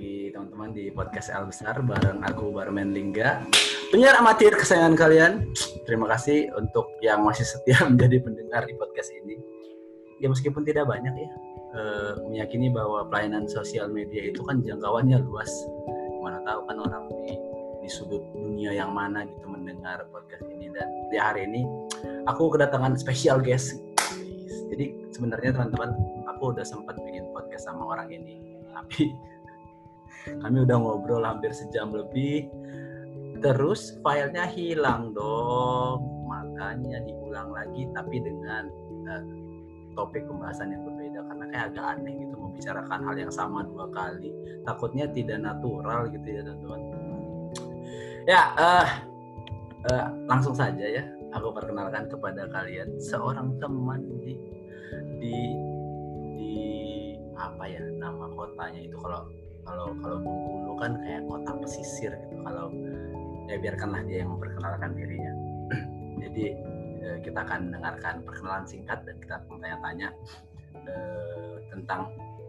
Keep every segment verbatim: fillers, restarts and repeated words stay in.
lagi teman-teman di podcast L Besar bareng aku Barman Lingga, penyiar amatir kesayangan kalian. Terima kasih untuk yang masih setia menjadi pendengar di podcast ini. Ya meskipun tidak banyak ya, eh, meyakini bahwa pelayanan sosial media itu kan jangkauannya luas. Mana tahu kan orang di di sudut dunia yang mana gitu mendengar podcast ini. Dan di hari ini aku kedatangan special guest. Jadi sebenarnya teman-teman, aku udah sempat bikin podcast sama orang ini, tapi kami udah ngobrol hampir sejam lebih, terus filenya hilang dong, makanya diulang lagi tapi dengan uh, topik pembahasan yang berbeda, karena kayak agak aneh gitu membicarakan hal yang sama dua kali, takutnya tidak natural gitu ya teman-teman. Ya uh, uh, langsung saja ya, aku perkenalkan kepada kalian seorang teman di di di apa ya nama kotanya itu, kalau kalau kalau Bengkulu kan kayak kota pesisir gitu. Kalau ya biarkanlah dia yang memperkenalkan dirinya. Jadi eh, kita akan mendengarkan perkenalan singkat dan kita tanya-tanya eh, tentang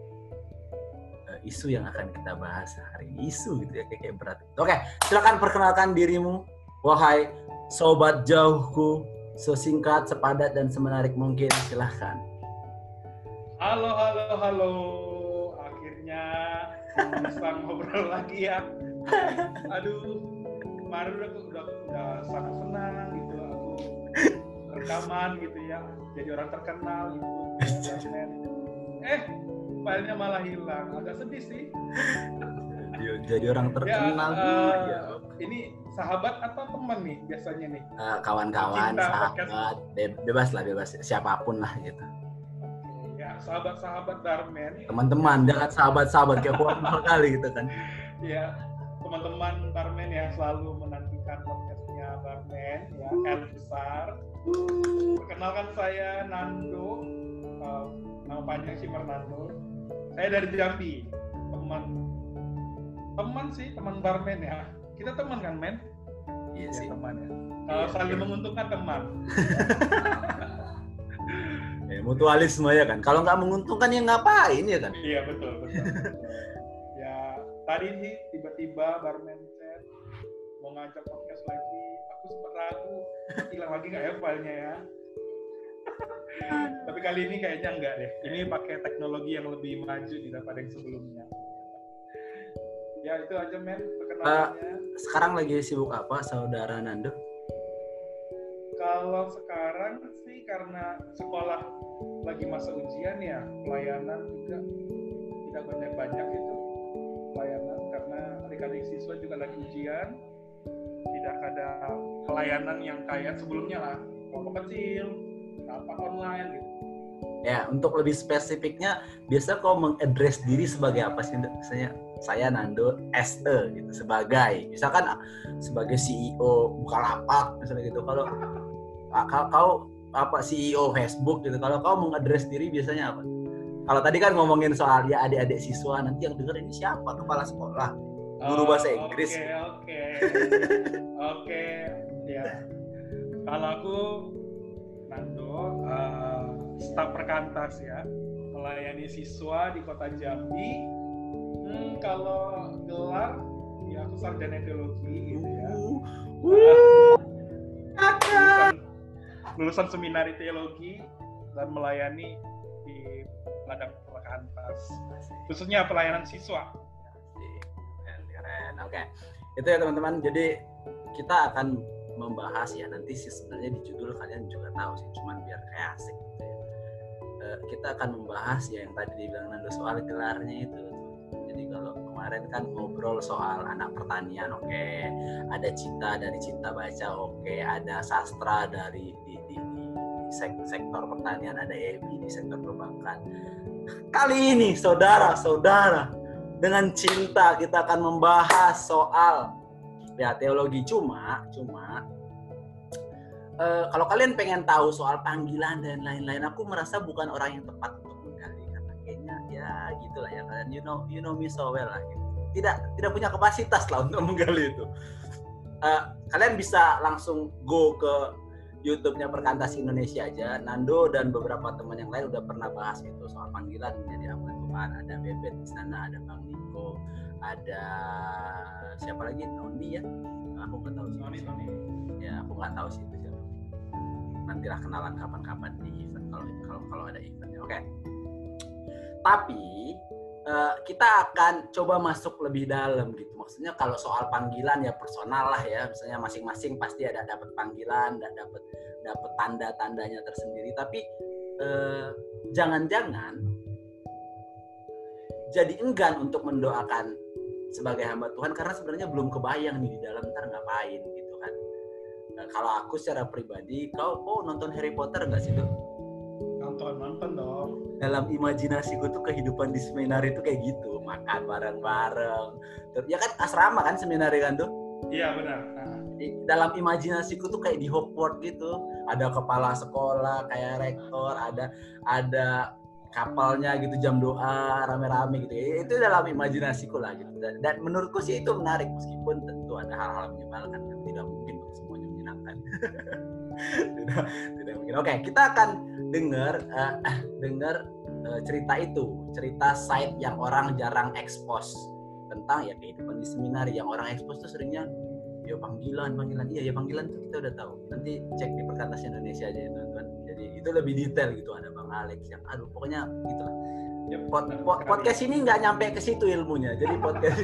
eh, isu yang akan kita bahas hari ini. Isu gitu ya, kayak, kayak berat. Oke, silakan perkenalkan dirimu, wahai sobat jauhku, sesingkat, sepadat dan semenarik mungkin. Silahkan. Halo, halo, halo. Akhirnya bisa ngobrol lagi ya. Aduh, kemarin udah, udah, udah sangat senang gitu aku rekaman gitu ya. Jadi orang terkenal gitu. Eh, filenya malah hilang. Agak sedih sih. Jadi orang terkenal. Ya, uh, ya. Ini sahabat atau teman nih biasanya nih? Uh, kawan-kawan, Cinta, sahabat, be- bebas lah, bebas siapapun lah gitu. Sahabat-sahabat Barman, teman-teman, jangan sahabat-sahabat kayak formal kali gitu kan. Ya, teman-teman Barman yang selalu menantikan podcastnya Barman ya, L Besar. Perkenalkan saya Nando, uh, nama panjang sih Fernando. Saya dari Jambi, teman teman sih teman Barman ya. Kita teman kan, men? Iya ya, sih. Teman ya. Kalau iya, saling iya. menguntungkan teman. Ya, mutualisme ya kan. Kalau nggak menguntungkan ya ngapain ya kan? Iya betul betul. Ya tadi sih tiba-tiba Barman chat mau ngajak podcast lagi. Aku sempat ragu, hilang lagi nggak ya filenya ya? Tapi kali ini kayaknya enggak deh. Ini pakai teknologi yang lebih maju daripada yang sebelumnya. Ya itu aja men perkenalannya. Uh, sekarang lagi sibuk apa saudara Nando? Kalau sekarang sih karena sekolah lagi masa ujian ya, pelayanan juga tidak banyak-banyak itu pelayanan karena adik-adik siswa juga lagi ujian, tidak ada pelayanan yang kayak sebelumnya lah, kelompok kecil, apa online gitu. Ya, untuk lebih spesifiknya, biasa kau mengadres diri sebagai apa sih? Misalnya saya Nando S E gitu, sebagai misalkan sebagai C E O Bukalapak misalnya gitu. Kalau kau, kau apa C E O Facebook gitu, kalau kau mengadres diri biasanya apa? Kalau tadi kan ngomongin soal ya adik-adik siswa, nanti yang denger ini siapa? Kepala sekolah, guru bahasa Inggris. Oke oke oke ya. Kalau aku Nando, uh, staf perkantas ya, melayani siswa di kota Jambi. Hmm, kalau gelar ya aku sarjana teologi gitu ya. Uh, lulusan, lulusan seminari teologi dan melayani di ladang perkantas, khususnya pelayanan siswa. Keren, oke. Okay. Itu ya teman-teman. Jadi kita akan membahas ya, nanti sih sebenarnya di judul kalian juga tahu sih, cuman biar kayak asik gitu ya. Uh, kita akan membahas ya yang tadi dibilang Nando soal gelarnya itu. Jadi kalau kemarin kan ngobrol soal anak pertanian, oke, okay. Ada Cinta dari Cinta Baca, oke, okay. Ada Sastra dari di, di, di, di sektor pertanian, ada Ebi di sektor perbankan. Kali ini saudara-saudara, dengan Cinta kita akan membahas soal ya teologi. Cuma, cuma uh, kalau kalian pengen tahu soal panggilan dan lain-lain, aku merasa bukan orang yang tepat untuk menggali, karena kayaknya ya gitulah ya kalian, you know you know me so well lah gitu. Tidak tidak punya kapasitas lah untuk menggali itu. Uh, kalian bisa langsung go ke YouTube-nya Perkantas Indonesia aja. Nando dan beberapa teman yang lain udah pernah bahas itu soal panggilan menjadi hamba Tuhan. Ada Bebet di sana, ada Bang Niko, ada siapa lagi, Noni ya, aku nggak tahu sih. Noni Noni. Ya aku nggak tahu sih itu siapa. Nantilah kenalan kapan-kapan di event kalau kalau kalau ada eventnya. Oke. Okay. Tapi uh, kita akan coba masuk lebih dalam gitu. Maksudnya kalau soal panggilan ya personal lah ya. Misalnya masing-masing pasti ada dapat panggilan, dan dapat dapat tanda-tandanya tersendiri. Tapi uh, jangan-jangan jadi enggan untuk mendoakan sebagai hamba Tuhan karena sebenarnya belum kebayang nih di dalam ntar ngapain gitu kan. Nah, kalau aku secara pribadi, kau oh nonton Harry Potter nggak sih tuh? Nonton nonton dong. Dalam imajinasiku tuh kehidupan di seminari itu kayak gitu, makan bareng-bareng. Ya kan asrama kan seminari kan tuh? Iya benar. Nah. Dalam imajinasiku tuh kayak di Hogwarts gitu, ada kepala sekolah kayak rektor, ada ada kapalnya gitu, jam doa rame-rame gitu. Itu dalam imajinasiku lah gitu. Dan, dan menurutku sih itu menarik meskipun tentu ada hal-hal menyebalkan yang tidak mungkin semuanya menyenangkan. tidak, tidak mungkin. Oke, kita akan dengar uh, dengar uh, cerita itu, cerita side yang orang jarang expose tentang ya kehidupan di seminari. Yang orang expose tuh seringnya ya panggilan, panggilan. Iya, ya panggilan tuh kita udah tahu. Nanti cek di Perkantas Indonesia aja ya, teman-teman. Jadi itu lebih detail gitu, ada Bang Alex yang aduh pokoknya gitulah. Ya, pod, pod, podcast ini nggak nyampe ke situ ilmunya. Jadi podcast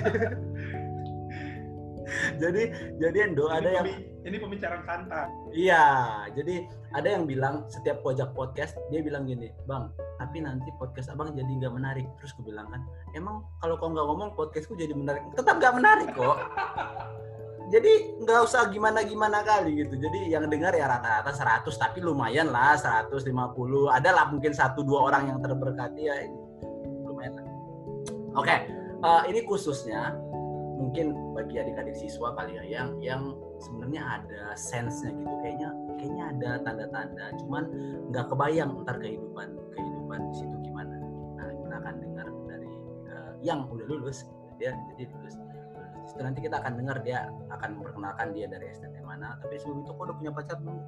jadi jadi Endo ada yang ini pembicaraan santai. Iya, jadi ada yang bilang setiap pojok podcast dia bilang gini, Bang, tapi nanti podcast abang jadi nggak menarik. Terus gue bilang kan, emang kalau kau nggak ngomong podcastku jadi menarik? Tetap nggak menarik kok. Jadi nggak usah gimana-gimana kali gitu. Jadi yang dengar ya rata-rata seratus, tapi lumayan lah seratus lima puluh. Ada lah mungkin satu dua orang yang terberkati ya, lumayan lah. Oke, okay, uh, ini khususnya mungkin bagi adik-adik siswa kali ya yang yang sebenarnya ada sense-nya gitu, kayaknya kayaknya ada tanda-tanda, cuman nggak kebayang ntar kehidupan kehidupan di situ gimana. Nah kita akan dengar dari uh, yang udah lulus, dia jadi lulus. Setelah nanti kita akan dengar dia akan memperkenalkan dia dari S T T mana. Tapi sebelum itu kau udah punya pacar belum?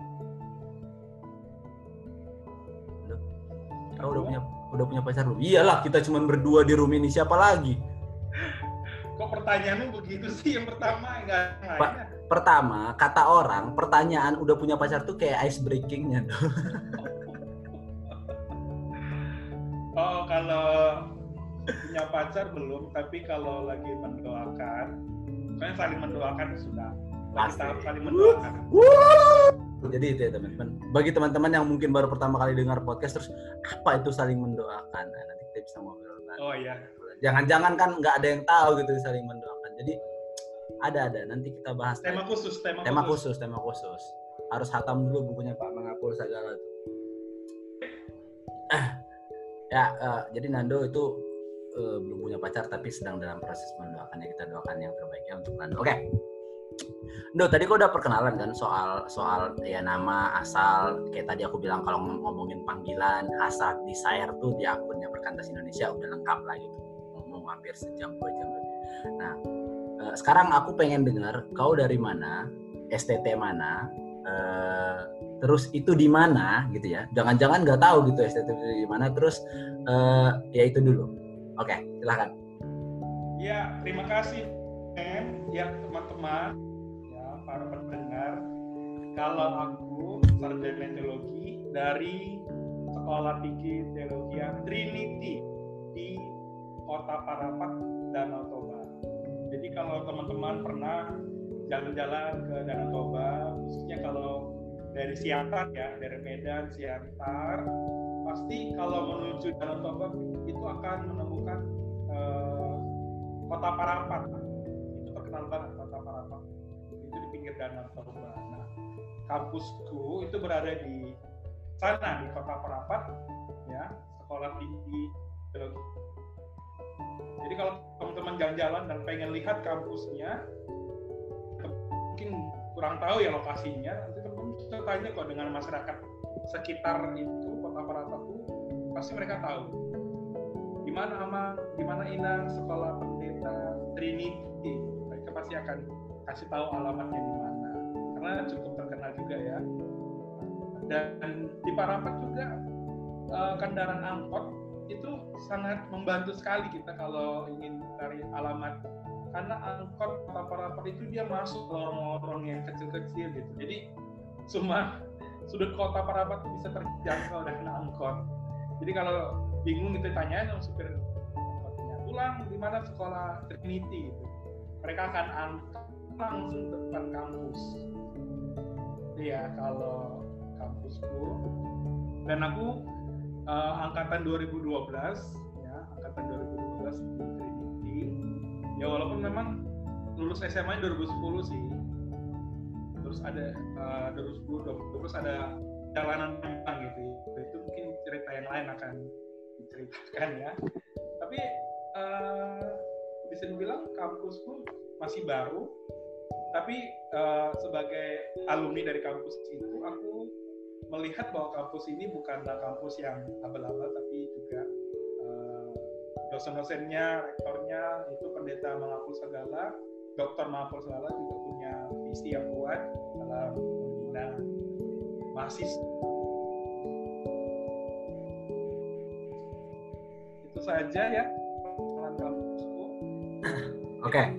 Belum. Kau udah punya udah punya pacar belum? Iyalah kita cuma berdua di room ini, siapa lagi? Kok pertanyaanmu begitu sih? Yang pertama enggak pa- Pertama, kata orang, pertanyaan udah punya pacar tuh kayak ice breaking-nya. Oh, kalau punya pacar belum, tapi kalau lagi mendoakan, kan saling mendoakan sudah. Lagi tahap saling mendoakan. Jadi itu ya teman-teman. Bagi teman-teman yang mungkin baru pertama kali dengar podcast, terus apa itu saling mendoakan? Nah, nanti kita bisa ngobrol. Oh iya. Jangan-jangan kan nggak ada yang tahu gitu saling mendoakan. Jadi ada-ada. Nanti kita bahas. Tema lagi. khusus, tema, tema khusus. khusus, tema khusus. Harus hatam dulu bukunya Pak Mangapul segala tuh. Eh, ya, uh, jadi Nando itu uh, belum punya pacar tapi sedang dalam proses mendoakannya. Kita doakan yang terbaiknya untuk Nando. Oke. Okay. Ndo, tadi kau udah perkenalan kan soal soal ya nama, asal, kayak tadi aku bilang kalau ngomongin panggilan, hasrat, desire tuh di akunnya Perkantas Indonesia udah lengkap lah gitu. Ngomong hampir sejam dua jam lebih. Nah, eh, sekarang aku pengen dengar kau dari mana, S T T mana, eh, terus itu di mana gitu ya. Jangan-jangan nggak tahu gitu S T T di mana, terus eh, ya itu dulu. Oke, silakan. Ya, terima kasih. Ya teman-teman, ya para pendengar, kalau aku sarjana teologi dari Sekolah Tinggi Teologi Trinity di Kota Parapat, Danau Toba. Jadi kalau teman-teman pernah jalan-jalan ke Danau Toba, khususnya kalau dari Siantar ya, dari Medan, Siantar, pasti kalau menuju Danau Toba itu akan menemukan uh, Kota Parapat. Terkenal banget Kota Parapat, itu di pinggir Danau Toba. Nah, kampusku itu berada di sana di Kota Parapat, ya, Sekolah Tinggi Teologi. Jadi kalau teman-teman jalan-jalan dan pengen lihat kampusnya, mungkin kurang tahu ya lokasinya, nanti teman-teman bisa tanya kok dengan masyarakat sekitar itu Kota Parapat itu, pasti mereka tahu. Di mana Aman, di mana Inang, Sekolah Pendeta Trinity. Pasti akan kasih tahu alamatnya di mana, karena cukup terkenal juga ya. Dan di Parapat juga uh, kendaraan angkot itu sangat membantu sekali kita kalau ingin cari alamat karena angkot Kota Parapat itu dia masuk lorong-lorong yang kecil-kecil gitu. Jadi cuma sudut Kota Parapat itu bisa terjangkau dengan angkot. Jadi kalau bingung gitu tanyain sama supir angkotnya, pulang di mana sekolah Trinity gitu. Mereka akan angkat langsung depan kampus. Iya, kalau kampusku dan aku uh, angkatan dua ribu dua belas ya, angkatan dua ribu dua belas di Trinity. Ya walaupun memang lulus S M A dua ribu sepuluh sih. Terus ada uh, dua ribu sepuluh dua ribu dua belas ada jalanan tentang gitu. Itu mungkin cerita yang lain akan diceritakan ya. Tapi uh, bisa dibilang kampusku masih baru. Tapi uh, sebagai alumni dari kampus itu, aku melihat bahwa kampus ini bukanlah kampus yang abal-abal, tapi juga uh, dosen-dosennya, rektornya itu pendeta Mangapul Sagala, Doktor Mangapul Sagala juga punya visi yang kuat dalam membina mahasiswa. Itu saja ya perkenalan kampusku. Oke. Okay.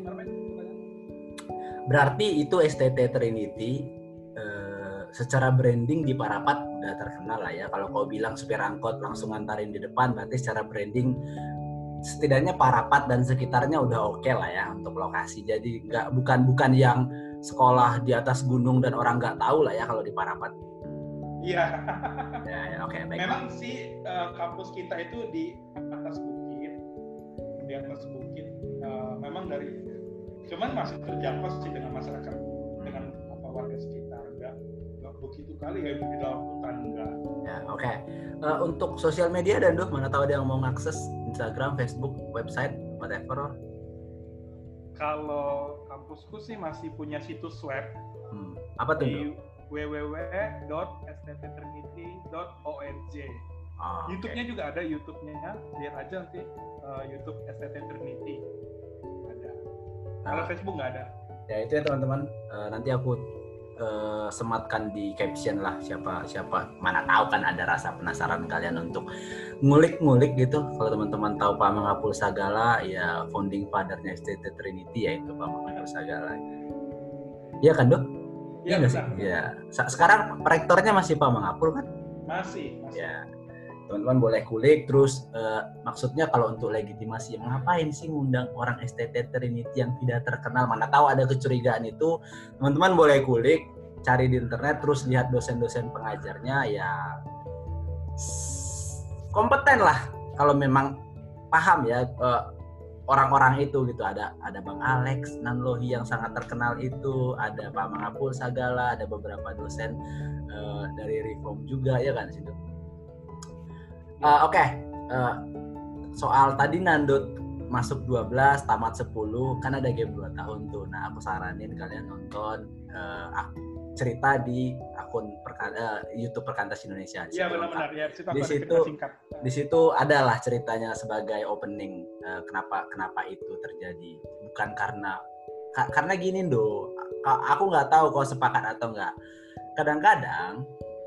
Berarti itu S T T Trinity eh, secara branding di Parapat udah terkenal lah ya. Kalau kau bilang supir angkot langsung ngantarin di depan, berarti secara branding setidaknya Parapat dan sekitarnya udah oke okay lah ya untuk lokasi. Jadi nggak bukan bukan yang sekolah di atas gunung dan orang nggak tahu lah ya kalau di Parapat. Iya. Ya, ya oke okay, baik. Memang sih uh, kampus kita itu di atas bukit, di atas bukit. Uh, memang dari cuman masih terjangkau sih dengan masyarakat, dengan apa warga sekitar, enggak enggak begitu kali ya di dalam hutan enggak. Ya oke. Okay. Uh, untuk sosial media dan Duh, mana tahu ada yang mau ngakses Instagram, Facebook, website, whatever. Kalau kampusku sih masih punya situs web. Hmm. Apa tuh? Di w w w dot s t t trinity dot org. Oh, YouTube-nya okay. Juga ada YouTube-nya, lihat aja nanti uh, YouTube S T T Trinity. Kalau Facebook nggak ada. Ya itu ya teman-teman. Uh, nanti aku uh, sematkan di caption lah siapa siapa mana tahu kan ada rasa penasaran kalian untuk ngulik-ngulik gitu. Kalau teman-teman tahu Pak Mangapul Sagala, ya founding father-nya S T T Trinity ya itu Pak Mangapul Sagala. Iya kan Dok? Iya nggak sih? Ya. Sekarang rektornya masih Pak Mangapul kan? Masih. masih. Ya. Teman-teman boleh kulik terus uh, maksudnya kalau untuk legitimasi ngapain sih ngundang orang S T T Trinity yang tidak terkenal, mana tahu ada kecurigaan itu, teman-teman boleh kulik, cari di internet terus lihat dosen-dosen pengajarnya ya kompeten lah kalau memang paham ya uh, orang-orang itu gitu. Ada ada Bang Alex Nanlohi yang sangat terkenal itu, ada Pak Mangapul Sagala, ada beberapa dosen uh, dari Reform juga ya kan situ. Uh, Oke, okay. uh, soal tadi Nandut masuk dua belas, tamat sepuluh, kan ada gap dua tahun tuh. Nah, aku saranin kalian nonton uh, cerita di akun perka- uh, YouTube Perkantas Indonesia. Iya benar-benar ya. Di situ, di situ adalah ceritanya sebagai opening uh, kenapa kenapa itu terjadi. Bukan karena ka- karena gini do, aku nggak tahu kau sepakat atau enggak. Kadang-kadang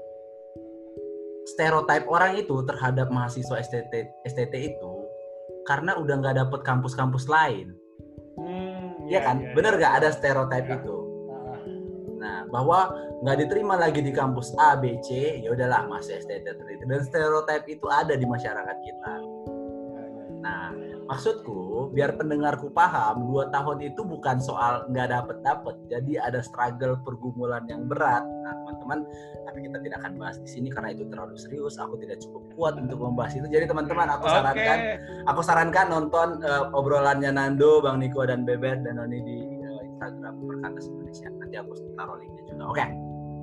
stereotip orang itu terhadap mahasiswa S T T S T T itu karena udah nggak dapet kampus-kampus lain, hmm, ya kan? Ya, bener nggak ya, ada stereotip ya. Itu. Nah, bahwa nggak diterima lagi di kampus A, B, C, ya udahlah masuk S T T dan stereotip itu ada di masyarakat kita. Nah, maksudku biar pendengarku paham, dua tahun itu bukan soal nggak dapet-dapet, jadi ada struggle pergumulan yang berat. Nah, teman-teman, tapi kita tidak akan bahas di sini karena itu terlalu serius. Aku tidak cukup kuat untuk membahas itu. Jadi teman-teman, aku sarankan, okay. aku sarankan nonton uh, obrolannya Nando, Bang Niko dan Bebet dan Noni di uh, Instagram Perkantas Indonesia. Nanti aku taruh linknya juga. Oke. Okay.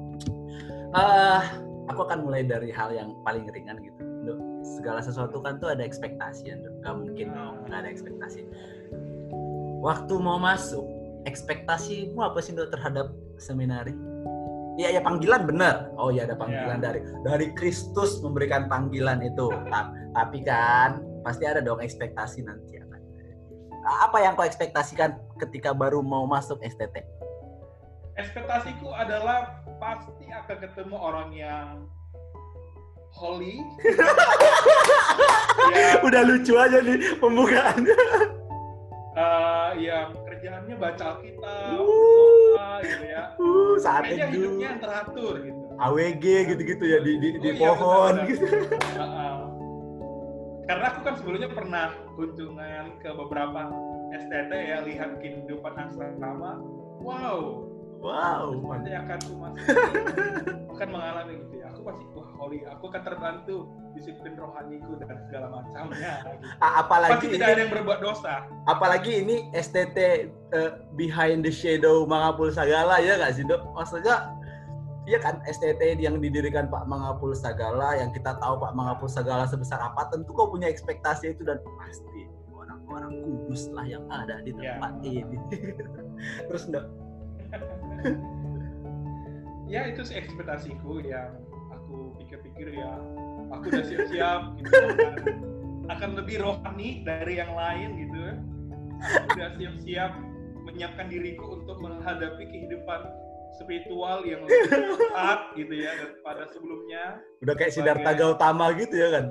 Uh, aku akan mulai dari hal yang paling ringan gitu. Segala sesuatu kan tuh ada ekspektasi ya, nggak mungkin dong nggak ada ekspektasi. Waktu mau masuk, ekspektasimu apa sih Dok terhadap seminari? Iya ya panggilan benar. Oh ya ada panggilan yeah. dari dari Kristus memberikan panggilan itu. Tapi kan pasti ada dong ekspektasi nanti. Apa yang kau ekspektasikan ketika baru mau masuk S T T? Ekspektasiku adalah pasti akan ketemu orang yang holy. Ya, udah lucu aja nih pembukaannya. Uh, yang kerja kerjaannya baca Alkitab, Uh. berdoa gitu ya. Uh, saat Kayaknya itu hidupnya yang teratur gitu. A W G gitu-gitu ya di di, di Oh, iya, pohon benar-benar. gitu. Uh-uh. Karena aku kan sebelumnya pernah kunjungan ke beberapa S T T ya, lihat kehidupan asrama. Wow. Wow. Seperti akan cuma akan mengalami gitu ya. Aku pasti wah holy, aku akan terbantu disiplin rohaniku dan segala macamnya. Gitu. A- apalagi Pasti ini, tidak ada yang berbuat dosa. apalagi ini S T T uh, behind the shadow Mangapul Sagala ya nggak sih Dok? Maksudnya iya kan S T T yang didirikan Pak Mangapul Sagala, yang kita tahu Pak Mangapul Sagala sebesar apa, tentu kau punya ekspektasi itu dan pasti orang-orang kudus lah yang ada di tempat ya. Ini. Terus Dok? Ya itu sih ekspektasiku yang aku pikir-pikir ya aku udah siap-siap gitu akan, akan lebih rohani dari yang lain gitu. Aku udah siap-siap menyiapkan diriku untuk menghadapi kehidupan spiritual yang lebih tepat gitu ya daripada sebelumnya. Udah kayak Siddhartha Gautama gitu ya kan.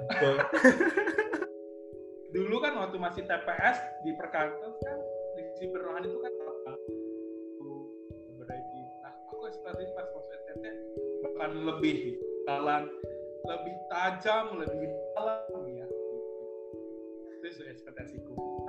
Dulu kan waktu masih T P S di perkantor kan disiplin rohani itu kan berbaiki. Nah aku ekspektasi pas masuk S T T bahkan lebih jalan lebih tajam, lebih dalam ya. Itu ekspektasiku.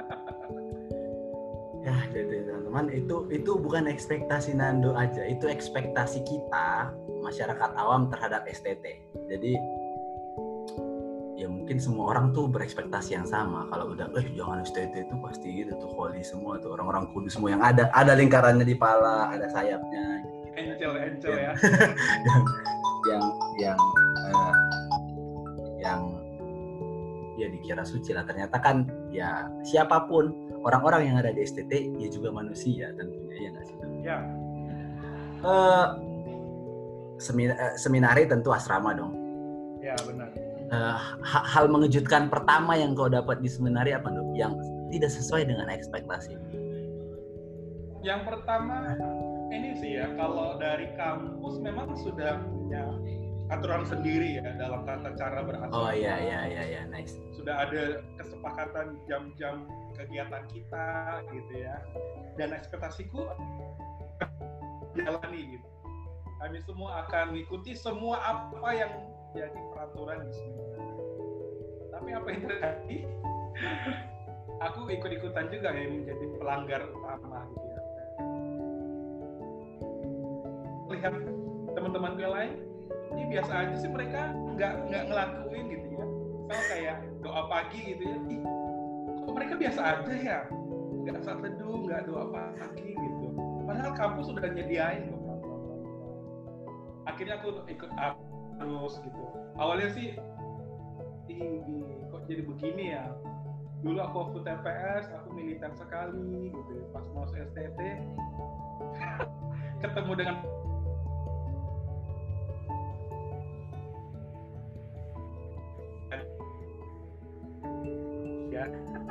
Ya, jadi teman-teman itu itu bukan ekspektasi Nando aja, itu ekspektasi kita masyarakat awam terhadap S T T. Jadi ya mungkin semua orang tuh berekspektasi yang sama. Kalau udah, eh jangan S T T itu pasti gitu tuh holy semua tuh orang-orang kudus semua yang ada ada lingkarannya di pala, ada sayapnya. Angel, angel ya. yang yang yang uh, yang ya dikira suci lah, ternyata kan ya siapapun orang-orang yang ada di S T T ya juga manusia tentunya ya nggak sih? Ya. Uh, seminar, uh, seminari tentu asrama dong. Ya benar. Uh, hal mengejutkan pertama yang kau dapat di seminari apa dong? Yang tidak sesuai dengan ekspektasi? Yang pertama ini sih ya, kalau dari kampus memang sudah punya aturan sendiri ya dalam tata cara berasrama. Oh iya iya iya iya nice. Sudah ada kesepakatan jam-jam kegiatan kita gitu ya. Dan ekspektasiku jalani gitu. Kami semua akan mengikuti semua apa yang jadi peraturan di sini. Tapi apa yang terjadi? Aku ikut-ikutan juga ya menjadi pelanggar utama gitu ya. Lihat teman-teman yang lain ini biasa aja sih, mereka nggak nggak ngelakuin gitu ya. Misal kayak doa pagi gitu ya, ih kok mereka biasa aja ya, nggak saat teduh, nggak doa pagi gitu. Padahal kampus sudah nyediain kok. Akhirnya aku ikut terus gitu. Awalnya sih, ih, ih kok jadi begini ya. Dulu aku waktu T P S aku militer sekali gitu ya. Pas masuk S T T ketemu dengan ya.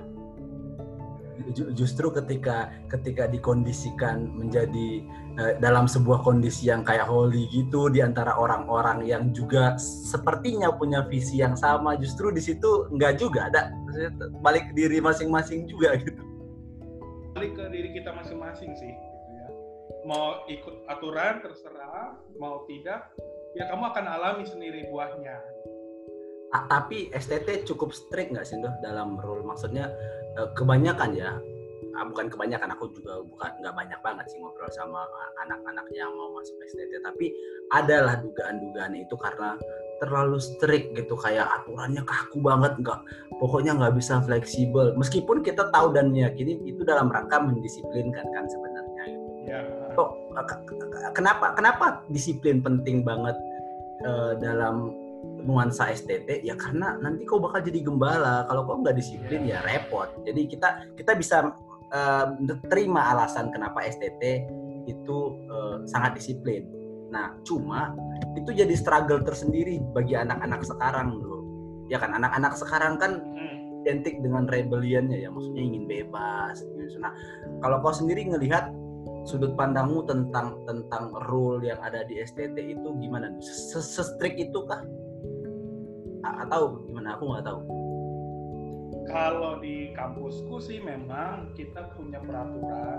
Justru ketika ketika dikondisikan menjadi uh, dalam sebuah kondisi yang kayak holy gitu di antara orang-orang yang juga sepertinya punya visi yang sama, justru di situ enggak juga ada, balik ke diri masing-masing juga gitu. Balik ke diri kita masing-masing sih gitu ya. Mau ikut aturan terserah, mau tidak ya kamu akan alami sendiri buahnya. Ah, tapi S T T cukup strict nggak sih Doh dalam rule? Maksudnya kebanyakan ya, ah, bukan kebanyakan, aku juga bukan nggak banyak banget sih ngobrol sama anak-anak yang mau masuk S T T, tapi adalah dugaan-dugaan itu karena terlalu strict gitu, kayak aturannya kaku banget, nggak, pokoknya nggak bisa fleksibel. Meskipun kita tahu dan meyakini itu dalam rangka mendisiplinkan kan sebenarnya. Gitu. Ya. Kok kenapa kenapa disiplin penting banget uh, dalam nuansa S T T? Ya karena nanti kau bakal jadi gembala, kalau kau nggak disiplin ya repot. Jadi kita kita bisa uh, terima alasan kenapa S T T itu uh, sangat disiplin. Nah cuma itu jadi struggle tersendiri bagi anak-anak sekarang loh. Ya kan, anak-anak sekarang kan hmm. identik dengan rebellionnya ya, maksudnya ingin bebas gitu. Nah kalau kau sendiri ngelihat sudut pandangmu tentang tentang rule yang ada di S T T itu gimana? Se-strict itu kah? Atau gimana? Aku nggak tahu. Kalau di kampusku sih memang kita punya peraturan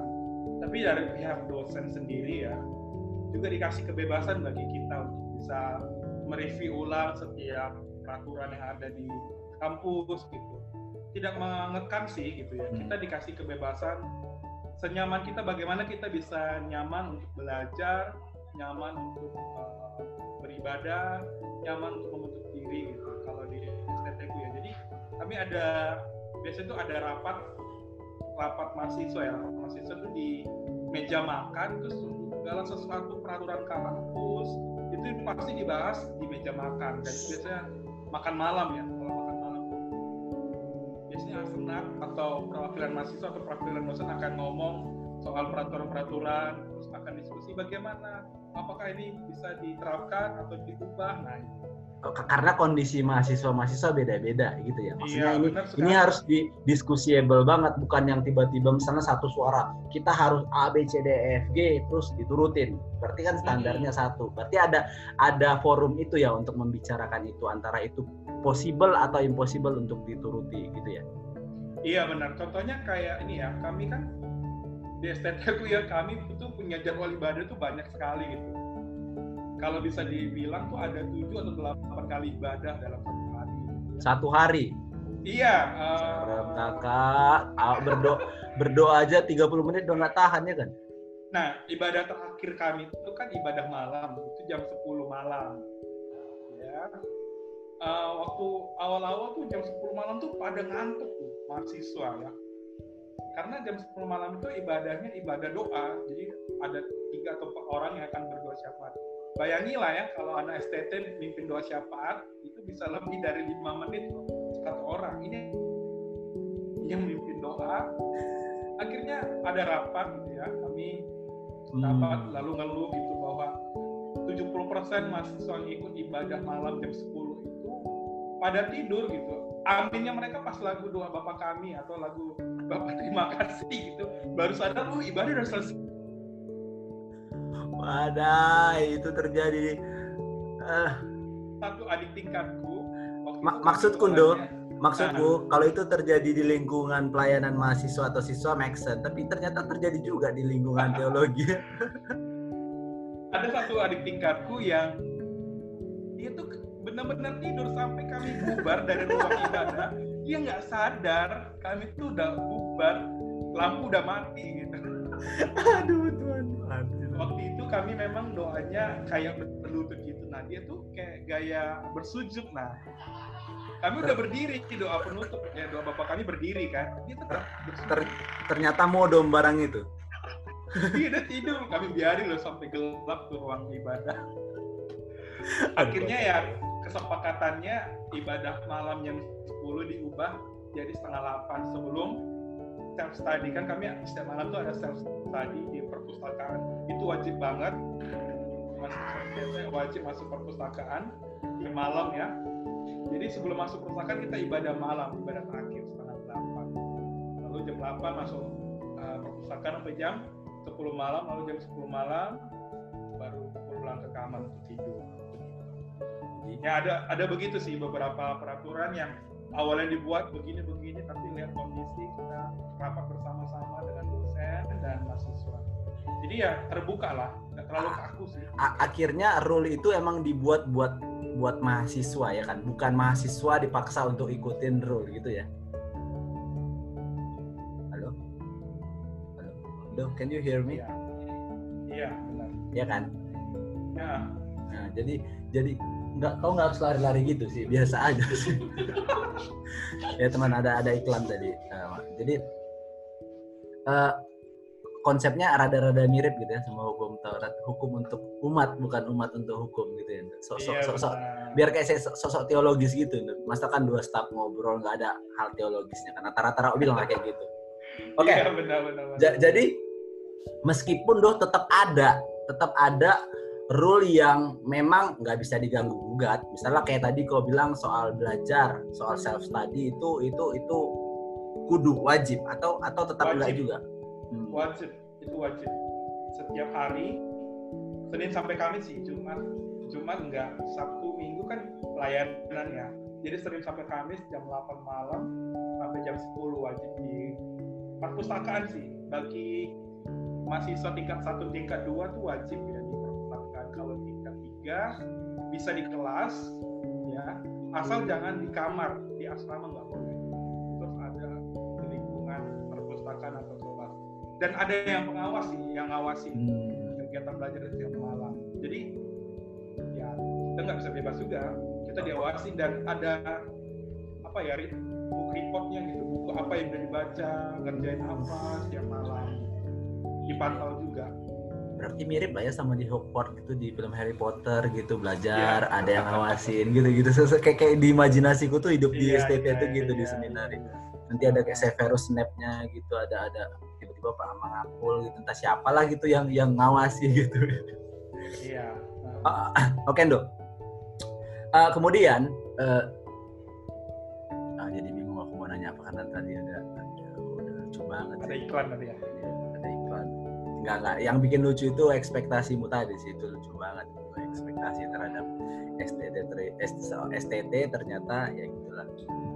Tapi dari pihak dosen sendiri ya juga dikasih kebebasan bagi kita untuk bisa mereview ulang setiap peraturan yang ada di kampus gitu. Tidak mengekang sih gitu ya. Kita dikasih kebebasan senyaman kita, bagaimana kita bisa nyaman untuk belajar, nyaman untuk uh, beribadah, nyaman untuk menuntut diri gitu. Kalau di S T T ku ya. Jadi kami ada biasanya tuh ada rapat rapat mahasiswa ya. Rapat mahasiswa tuh di meja makan, terus segala sesuatu peraturan kampus itu pasti dibahas di meja makan. Dan biasanya makan malam ya. Kalau makan malam biasanya senat atau perwakilan mahasiswa atau perwakilan dosen akan ngomong soal peraturan-peraturan, terus akan diskusi bagaimana, apakah ini bisa diterapkan atau diubah. Nah, karena kondisi mahasiswa-mahasiswa beda-beda gitu ya. Maksudnya iya, ini ini harus di diskusiable banget, bukan yang tiba-tiba misalnya satu suara kita harus A B C D E F G terus diturutin. Berarti kan standarnya hmm. satu. Berarti ada ada forum itu ya untuk membicarakan itu, antara itu possible atau impossible untuk dituruti gitu ya. Iya benar. Contohnya kayak ini ya, kami kan di S T T ku ya, kami itu punya jadwal ibadah tuh banyak sekali gitu. Kalau bisa dibilang tuh ada tujuh atau delapan kali ibadah dalam satu hari. Satu hari? Iya. Uh, kakak, berdoa berdoa aja tiga puluh menit udah nggak tahan ya kan? Nah, ibadah terakhir kami itu kan ibadah malam, itu jam sepuluh malam. Ya. Uh, waktu awal-awal tuh jam sepuluh malam tuh pada ngantuk tuh mahasiswa ya. Karena jam sepuluh malam itu ibadahnya ibadah doa. Jadi ada tiga atau empat orang yang akan berdoa syafaat. Bayangilah ya, kalau anak S T T mimpin doa syafaat itu bisa lebih dari lima menit satu orang. Ini yang mimpin doa. Akhirnya ada rapat gitu ya, kami rapat hmm. lalu ngeluh gitu bahwa tujuh puluh persen mahasiswa yang ikut ibadah malam jam sepuluh itu pada tidur gitu. Aminnya mereka pas lagu doa Bapa Kami atau lagu Bapak Terima Kasih gitu, baru sadar, oh ibadah udah selesai. Wadah, itu terjadi. Uh. Satu adik tingkatku. Ma- maksudku, Do, maksudku, nah. kalau itu terjadi di lingkungan pelayanan mahasiswa atau siswa, make sense. Tapi ternyata terjadi juga di lingkungan teologi. Ada satu adik tingkatku yang dia tuh benar-benar tidur sampai kami bubar dari ruang ibadah. Dia nggak sadar kami tuh udah bubar, lampu udah mati gitu. Aduh Tuhan. Waktu itu kami memang doanya kayak berlutut gitu. Nah dia tuh kayak gaya bersujud. Nah kami udah berdiri doa penutup ya, doa Bapak kami berdiri kan. Dia tetap Ter, ternyata modom barang itu. Dia udah tidur, kami biarin loh sampai gelap tuh ruang ibadah. Akhirnya ya kesepakatannya ibadah malam jam sepuluh diubah jadi setengah delapan sebelum self study. Kan kami setiap malam tuh ada self study di perpustakaan, itu wajib banget, masih wajib masuk perpustakaan di malam ya. Jadi sebelum masuk perpustakaan kita ibadah malam, ibadah terakhir setengah delapan, lalu jam delapan masuk uh, perpustakaan sampai jam sepuluh malam, lalu jam sepuluh malam baru pulang ke kamar untuk tidur. Ya ada ada begitu sih beberapa peraturan yang awalnya dibuat begini-begini, tapi lihat kondisi kita rapat bersama-sama dengan dosen dan mahasiswa. Jadi ya terbuka lah, nggak terlalu kaku sih. Akhirnya rule itu emang dibuat buat buat mahasiswa ya kan, bukan mahasiswa dipaksa untuk ikutin rule gitu ya. Halo, halo, Do, can you hear me? Iya, iya benar. Iya kan? Ya. Nah, jadi jadi nggak, kau nggak harus lari-lari gitu sih, biasa aja sih. Ya teman, ada ada iklan tadi. Uh, jadi uh, konsepnya rada-rada mirip gitu ya sama hukum Taurat, hukum untuk umat bukan umat untuk hukum gitu ya. Sosok iya, sosok biar kayak saya sosok teologis gitu. Masa kan dua staf ngobrol nggak ada hal teologisnya kan. Rata-rata bilang kayak gitu. Oke. Okay. Iya, benar, benar, benar. Ja- jadi meskipun doh tetap ada, tetap ada rule yang memang nggak bisa diganggu gugat. Misalnya kayak tadi kau bilang soal belajar, soal self study itu itu itu kudu wajib atau atau tetap wajib. Enggak juga. Hmm. Wajib, itu wajib. Setiap hari, Senin sampai Kamis sih, Jumat Jumat enggak, Sabtu Minggu kan pelayanan ya. Jadi Senin sampai Kamis jam delapan malam sampai jam sepuluh wajib di perpustakaan sih. Bagi mahasiswa tingkat satu, tingkat dua tuh wajib ya di perpustakaan. Kalau tingkat tiga bisa di kelas, ya, asal jangan di kamar, di asrama nggak boleh. Terus ada di lingkungan perpustakaan atau kelas. Dan ada yang pengawas sih, yang ngawasi hmm. kegiatan belajar setiap malam. Jadi ya kita nggak bisa bebas juga, kita diawasi dan ada apa ya, buku reportnya gitu, buku apa yang udah dibaca, ngerjain apa setiap malam, dipantau juga. Berarti mirip lah ya sama di Hogwarts gitu, di film Harry Potter gitu, belajar, yeah. ada yang ngawasin gitu-gitu. Kayak kayak di imajinasiku tuh hidup di yeah, S T T yeah, tuh gitu yeah, di seminari. Nanti ada kayak Severus Snape-nya gitu, ada ada tiba-tiba Pak Amang Apul gitu, entah siapalah gitu yang yang ngawasi gitu. Iya. Yeah. Uh, Oke, okay, Dok. Uh, kemudian uh, ah, jadi bingung aku mau nanya apa, karena tadi ada, ada udah lucu banget. Ada iklan tadi ya. Ada iklan. Enggak, enggak. Yang bikin lucu itu ekspektasimu tadi sih, itu lucu banget. Ekspektasi terhadap S T T, S T T ternyata ya gitulah.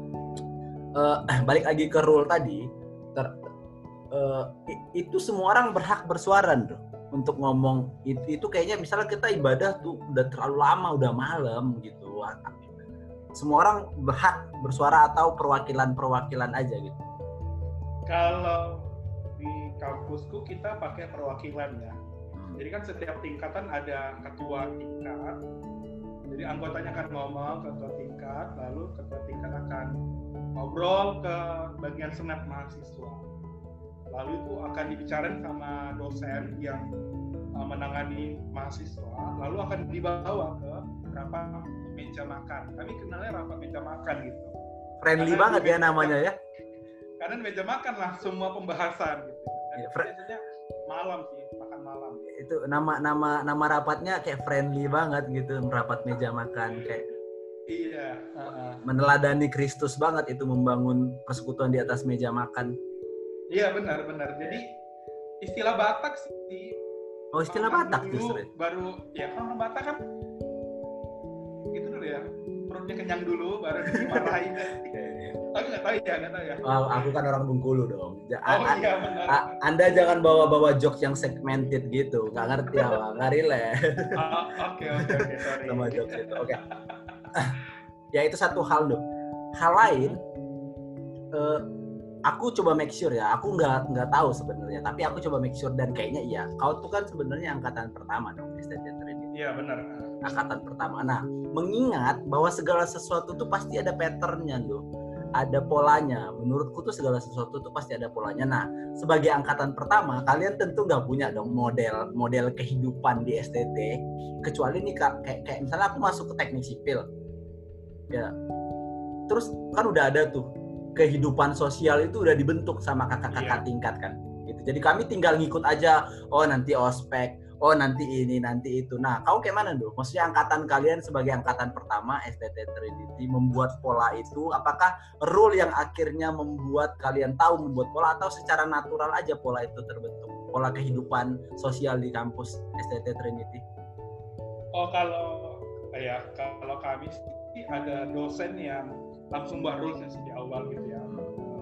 Uh, balik lagi ke rule tadi, ter, uh, itu semua orang berhak bersuara tuh untuk ngomong. Itu, itu kayaknya misalnya kita ibadah tuh udah terlalu lama, udah malam gitu. Semua orang berhak bersuara atau perwakilan-perwakilan aja gitu. Kalau di kampusku kita pakai perwakilan ya. Hmm. Jadi kan setiap tingkatan ada ketua tingkat. Jadi anggotanya akan ngomong ke ketua tingkat, lalu ketua tingkat akan ngobrol ke bagian senat mahasiswa. Lalu itu akan dibicarain sama dosen yang uh, menangani mahasiswa, lalu akan dibawa ke rapat meja makan. Kami kenalnya rapat meja makan gitu. Friendly karena banget ya namanya ya. Karena meja makan lah semua pembahasan gitu. Dan ya, fr- biasanya malam sih, makan malam. Itu nama nama nama rapatnya kayak friendly banget gitu, rapat meja makan kayak. Iya. Uh-uh. Meneladani Kristus banget itu, membangun persekutuan di atas meja makan. Iya benar-benar. Jadi istilah Batak sih. Oh istilah Batak justru. Baru ya kan orang Batak kan gitu dulu ya, perutnya kenyang dulu baru dimarahin. Tapi nggak tahu ya, nggak tahu ya. Oh, aku kan orang Bengkulu dong. A- oh iya benar. A- Anda jangan bawa-bawa jokes yang segmented gitu, nggak ngerti apa, nggak relate. Oke oke oke sorry. Sama jokes itu, oke. Okay. Ya itu satu hal dong. Hal lain, uh, aku coba make sure ya. Aku nggak nggak tahu sebenarnya, tapi aku coba make sure dan kayaknya iya. Kau tuh kan sebenarnya angkatan pertama dong, S T T Trinity. Iya benar. Angkatan pertama. Nah, mengingat bahwa segala sesuatu tuh pasti ada patternnya loh, ada polanya. Menurutku tuh segala sesuatu tuh pasti ada polanya. Nah, sebagai angkatan pertama, kalian tentu nggak punya dong model model kehidupan di S T T, kecuali nih kayak kayak misalnya aku masuk ke teknik sipil. Ya, terus kan udah ada tuh kehidupan sosial itu udah dibentuk sama kakak-kakak yeah. tingkat kan, gitu. Jadi kami tinggal ngikut aja. Oh nanti ospek, oh nanti ini, nanti itu. Nah, kau kayak mana dong? Maksudnya angkatan kalian sebagai angkatan pertama S T T Trinity membuat pola itu, apakah rule yang akhirnya membuat kalian tahu membuat pola atau secara natural aja pola itu terbentuk? Pola kehidupan sosial di kampus S T T Trinity? Oh kalau ya kalau kami ada dosen yang langsung buat rules di awal gitu ya.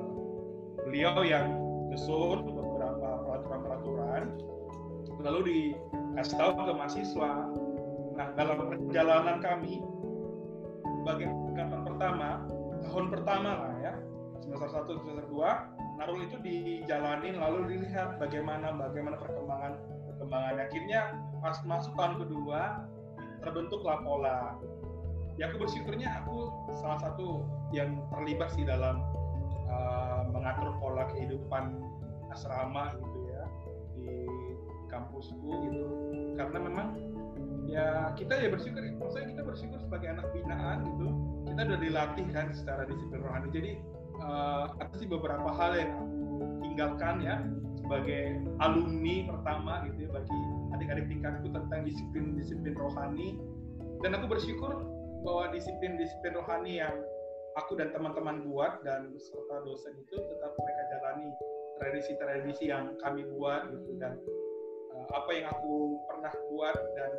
Beliau yang nyusun beberapa peraturan-peraturan, lalu dikasih tahu ke mahasiswa. Nah dalam perjalanan kami sebagai angkatan pertama, tahun pertama lah ya, semester satu, semester dua, narul itu dijalanin lalu dilihat bagaimana bagaimana perkembangan perkembangan. Akhirnya pas masuk tahun kedua terbentuklah pola. Ya aku bersyukurnya aku salah satu yang terlibat sih dalam uh, mengatur pola kehidupan asrama gitu ya di kampusku gitu, karena memang ya kita ya bersyukur, maksudnya kita bersyukur sebagai anak binaan gitu, kita udah dilatih kan secara disiplin rohani. Jadi uh, ada sih beberapa hal yang aku tinggalkan ya sebagai alumni pertama gitu ya bagi adik-adik tingkatku tentang disiplin-disiplin rohani, dan aku bersyukur bahwa disiplin-disiplin rohani yang aku dan teman-teman buat dan beserta dosen itu tetap mereka jalani tradisi-tradisi yang kami buat gitu, dan uh, apa yang aku pernah buat dan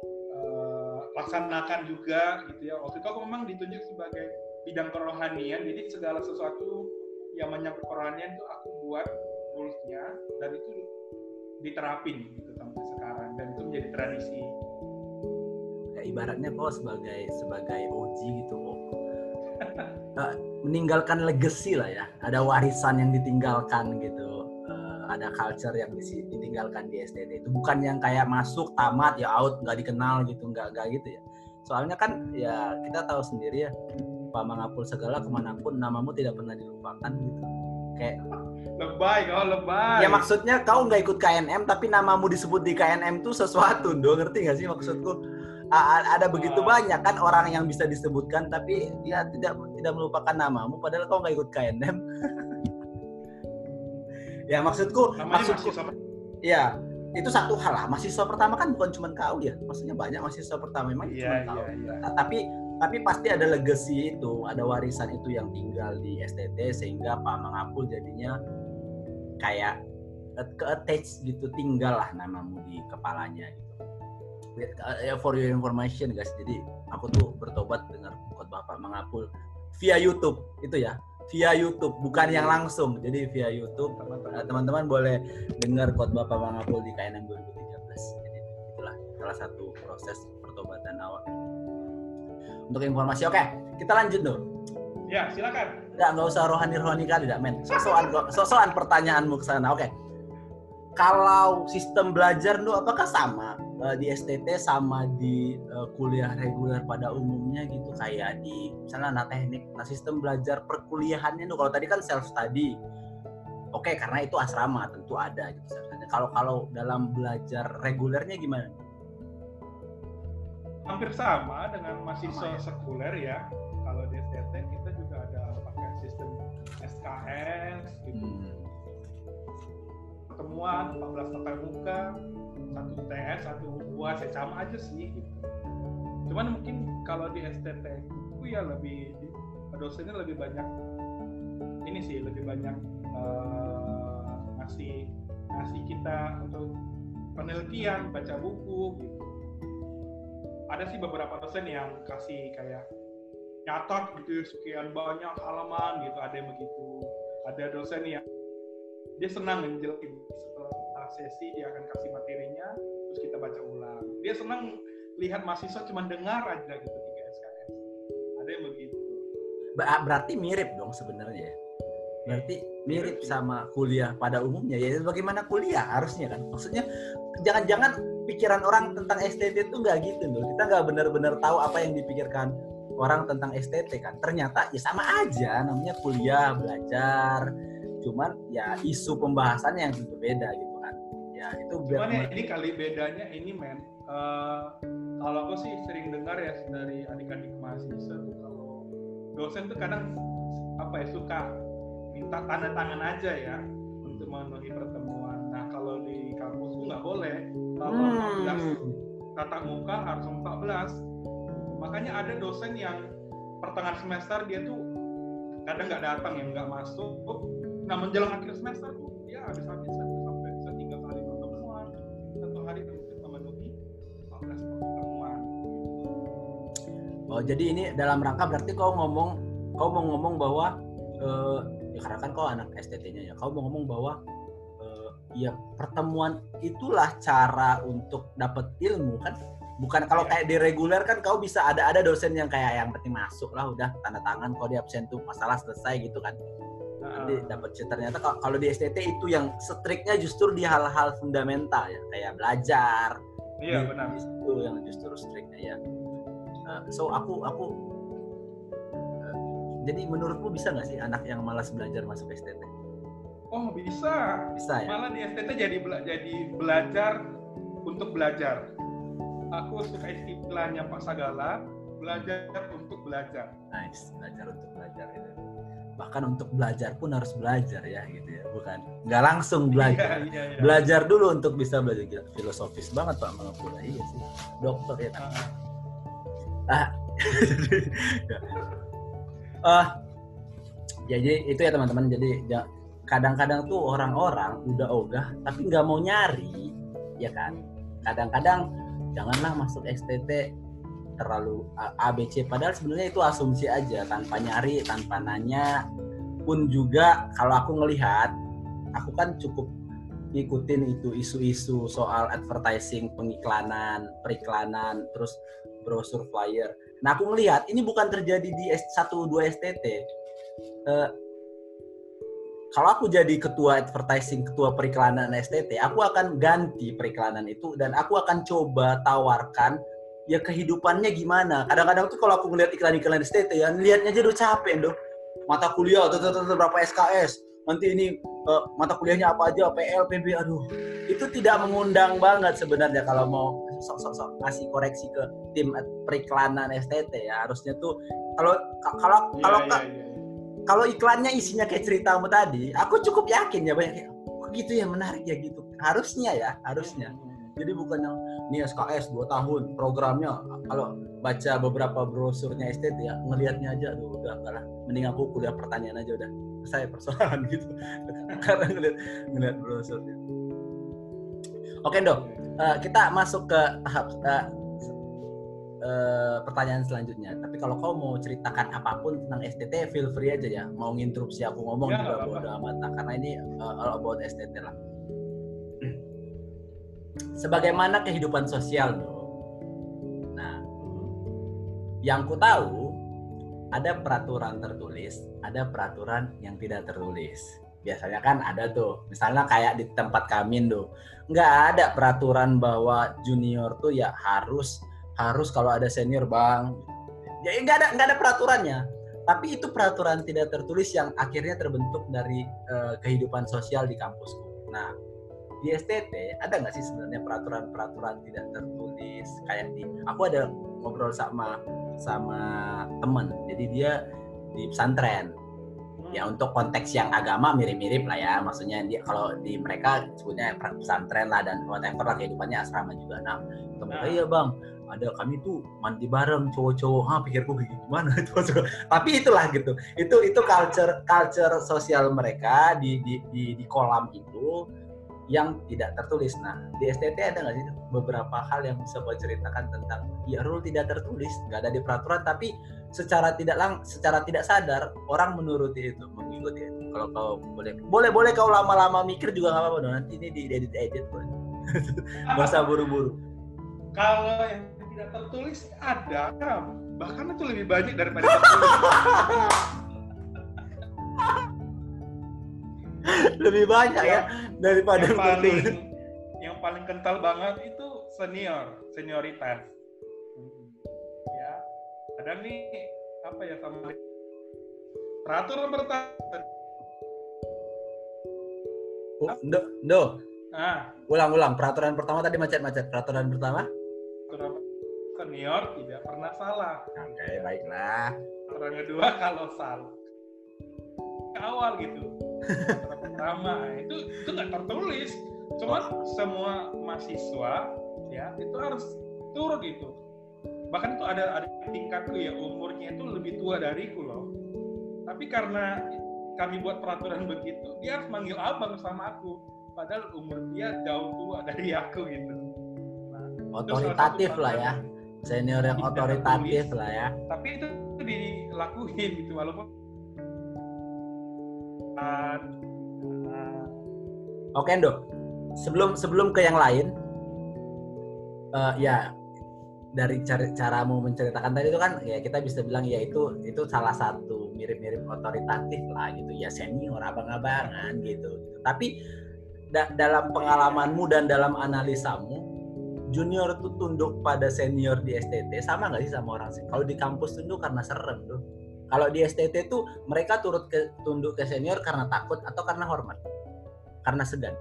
uh, laksanakan juga gitu ya. Waktu itu aku memang ditunjuk sebagai bidang kerohanian, jadi segala sesuatu yang menyangkut kerohanian itu aku buat rules-nya, dan itu diterapin gitu sampai sekarang dan itu menjadi tradisi. Ya, ibaratnya kok sebagai sebagai O G gitu kok. Uh, meninggalkan legacy lah ya, ada warisan yang ditinggalkan gitu, uh, ada culture yang ditinggalkan di S T T itu, bukan yang kayak masuk tamat ya out nggak dikenal gitu, nggak nggak gitu ya. Soalnya kan ya kita tahu sendiri ya, Pak Mangapul segala kemanapun namamu tidak pernah dilupakan gitu. Kayak lebay kau lebay. Ya maksudnya kau nggak ikut K N M tapi namamu disebut di K N M tuh sesuatu, do ngerti nggak sih maksudku? Ada begitu banyak kan orang yang bisa disebutkan tapi dia tidak tidak melupakan namamu padahal kau nggak ikut K N M. Ya maksudku, namanya maksudku mahasiswa. Ya itu satu hal lah. Mahasiswa pertama kan bukan cuma kau ya, maksudnya banyak mahasiswa pertama memang yeah, cuma kau. Yeah, yeah. Nah, tapi tapi pasti ada legacy itu, ada warisan itu yang tinggal di S T T sehingga Pak Mangapul jadinya kayak ke-attach gitu, tinggal lah namamu di kepalanya gitu. For your information guys, jadi aku tuh bertobat dengar khotbah Pak Mangapul via YouTube itu ya, via YouTube bukan yang langsung, jadi via YouTube. Teman-teman boleh dengar khotbah Pak Mangapul di K N M dua ribu tiga belas. Jadi itulah salah satu proses pertobatan awal. Untuk informasi, oke, kita lanjut dong. Ya silakan. Nggak nggak usah rohani-rohani kali, dah men. Sosokan sosokan pertanyaanmu ke sana, oke. Kalau sistem belajar lu apakah sama uh, di S T T sama di uh, kuliah reguler pada umumnya gitu, kayak di misalnya anak teknik, nah sistem belajar perkuliahannya tuh kalau tadi kan self study, oke okay, karena itu asrama tentu ada gitu. Kalau kalau dalam belajar regulernya gimana? Hampir sama dengan mahasiswa sama, ya? Sekuler ya. Kalau di S T T kita juga ada pakai sistem S K S gitu. Hmm. Pertemuan empat belas tatap muka, satu T S, satu U A S, sama aja sih gitu. Cuman mungkin kalau di S T T itu ya lebih, dosennya lebih banyak ini sih, lebih banyak uh, ngasih ngasih kita untuk penelitian, baca buku gitu. Ada sih beberapa dosen yang kasih kayak nyatat gitu sekian banyak halaman gitu, ada yang begitu. Ada dosen yang dia senang ngejelasin setelah sesi, dia akan kasih materinya terus kita baca ulang. Dia senang lihat mahasiswa cuma dengar aja gitu tiga S K S. Ada yang begitu. Berarti mirip dong sebenarnya. Berarti mirip sama kuliah pada umumnya ya. Bagaimana kuliah harusnya kan? Maksudnya jangan-jangan pikiran orang tentang S T T itu nggak gitu loh. Kita nggak benar-benar tahu apa yang dipikirkan orang tentang S T T kan. Ternyata ya sama aja, namanya kuliah, belajar. Cuman ya isu pembahasannya yang tentu beda gitu kan. Ya itu. Cuman ya ini kali bedanya ini men. Uh, kalau aku sih sering dengar ya dari adik-adik mahasiswa tuh, kalau dosen tuh kadang apa ya suka minta tanda tangan aja ya untuk memenuhi pertemuan. Nah kalau di kampus tuh nggak boleh. Kalau hmm. empat belas tatap muka harus empat belas. Makanya ada dosen yang pertengahan semester dia tuh kadang nggak datang, yang nggak masuk. Nah menjelang akhir semester tuh dia habis-habisan sampai bisa tiga kali pertemuan, satu hari mungkin memenuhi empat belas pertemuan. Oh jadi ini dalam rangka berarti kau ngomong, kau mau ngomong bahwa uh, ya karena kan kau anak S T T-nya ya, kau mau ngomong bahwa uh, ya pertemuan itulah cara untuk dapat ilmu kan. Bukan kalau kayak di reguler kan kau bisa ada ada dosen yang kayak yang penting masuk lah udah tanda tangan, kau di absen tuh masalah selesai gitu kan. Nanti dapat C. Ternyata kalau di S T T itu yang striknya justru di hal-hal fundamental ya, kayak belajar. Iya benar. Itu yang justru striknya ya. Uh, so aku aku uh, jadi menurutmu bisa nggak sih anak yang malas belajar masuk S T T? Oh bisa. Bisa ya. Malah di S T T jadi bela- jadi belajar untuk belajar. Aku suka istilahnya Pak Sagala, belajar untuk belajar. Nice, belajar untuk belajar itu. Bahkan untuk belajar pun harus belajar ya gitu ya, bukan nggak langsung belajar. Iya, iya, iya. Belajar dulu untuk bisa belajar. Gila, filosofis banget Pak Mangapul. Iya sih, dokter ya kan. Ah, ah, jadi itu ya teman-teman. Jadi kadang-kadang tuh orang-orang udah ogah tapi nggak mau nyari, ya kan. Kadang-kadang janganlah masuk S T T terlalu A B C, padahal sebenarnya itu asumsi aja, tanpa nyari, tanpa nanya pun juga. Kalau aku ngelihat, aku kan cukup ngikutin itu isu-isu soal advertising, pengiklanan, periklanan, terus brosur flyer. Nah aku ngelihat ini bukan terjadi di satu dua S T T. Uh, kalau aku jadi ketua advertising, ketua periklanan S T T, aku akan ganti periklanan itu dan aku akan coba tawarkan ya kehidupannya gimana. Kadang-kadang tuh kalau aku ngeliat iklan-iklan S T T ya, ngeliatnya aja udah capek dong. Mata kuliah, tuh, tuh, tuh, berapa S K S, nanti ini uh, mata kuliahnya apa aja, P L, P B, aduh. Itu tidak mengundang banget sebenarnya kalau mau sok-sok ngasih koreksi ke tim periklanan S T T ya. Harusnya tuh kalau kalau yeah, kalau yeah, yeah. kalau iklannya isinya kayak ceritamu tadi, aku cukup yakin ya banyak oh gitu ya, menarik ya gitu. Harusnya ya, harusnya. Jadi bukan yang ini S K S dua tahun programnya, kalau baca beberapa brosurnya S T T ya, ngelihatnya aja aduh udah enggak lah, mending aku kuliah pertanian aja udah. Saya persoalan gitu. Karena ngelihat ngelihat brosurnya. Oke, Dok. Uh, kita masuk ke tahap uh, uh, pertanyaan selanjutnya. Tapi kalau kau mau ceritakan apapun tentang S T T, feel free aja ya. Mau nginterupsi aku ngomong ya, juga bodo amat lah. Karena ini uh, all about S T T lah. Sebagaimana kehidupan sosial, Dok. Nah, yang ku tahu ada peraturan tertulis, ada peraturan yang tidak tertulis. Biasanya kan ada tuh, misalnya kayak di tempat kami tuh, nggak ada peraturan bahwa junior tuh ya harus harus kalau ada senior bang, ya nggak ada nggak ada peraturannya. Tapi itu peraturan tidak tertulis yang akhirnya terbentuk dari uh, kehidupan sosial di kampusku. Nah, di S T T ada nggak sih sebenarnya peraturan-peraturan tidak tertulis kayak di, aku ada ngobrol sama sama teman, jadi dia di pesantren. Ya untuk konteks yang agama mirip-mirip lah ya, maksudnya dia kalau di mereka sebutnya pesantren lah dan whatever lah kehidupannya asrama juga. Nah, teman, iya bang, ada kami tuh mandi bareng cowok-cowok. Ah pikirku gimana itu, tapi itulah gitu. Itu itu culture culture sosial mereka di di di, di kolam itu yang tidak tertulis. Nah, di S T T ada nggak sih beberapa hal yang bisa kau ceritakan tentang ya rule tidak tertulis, nggak ada di peraturan, tapi secara tidak lang, secara tidak sadar orang menuruti itu, mengikuti itu. Kalau kau boleh, boleh boleh kau lama-lama mikir juga nggak apa-apa dong. Nanti ini di edit edit boleh. Nggak usah buru-buru. Kalau yang tidak tertulis ada, bahkan itu lebih banyak daripada tertulis. Lebih banyak ya, ya daripada yang paling yang paling kental banget itu senior senioritas ya. Ada nih apa ya, sama peraturan pertama oh, do, do. Nah, ulang-ulang peraturan pertama tadi macet-macet. Peraturan pertama peraturan senior tidak pernah salah. Oke, okay, baiklah. Peraturan kedua kalau salah awal gitu. Pertama itu itu nggak tertulis, cuma oh. semua mahasiswa ya itu harus turut itu. Bahkan itu ada ada tingkatku ya, umurnya itu lebih tua dariku loh. Tapi karena kami buat peraturan begitu, dia harus manggil abang sama aku, padahal umur dia jauh tua dari aku gitu. Nah, otoritatif lah ya, senior yang otoritatif lah ya. Tapi itu dilakuin gitu walaupun. Oke, Endo. Sebelum sebelum ke yang lain, uh, ya dari cara caramu menceritakan tadi itu kan ya kita bisa bilang ya itu itu salah satu mirip-mirip otoritatif lah gitu ya, senior abang-abangan gitu. Tapi da- dalam pengalamanmu dan dalam analisamu, junior tuh tunduk pada senior di S T T sama nggak sih sama orang sih? Kalau di kampus tunduk karena serem tuh. Kalau di S T T tuh mereka turut ke, tunduk ke senior karena takut atau karena hormat? Karena segan.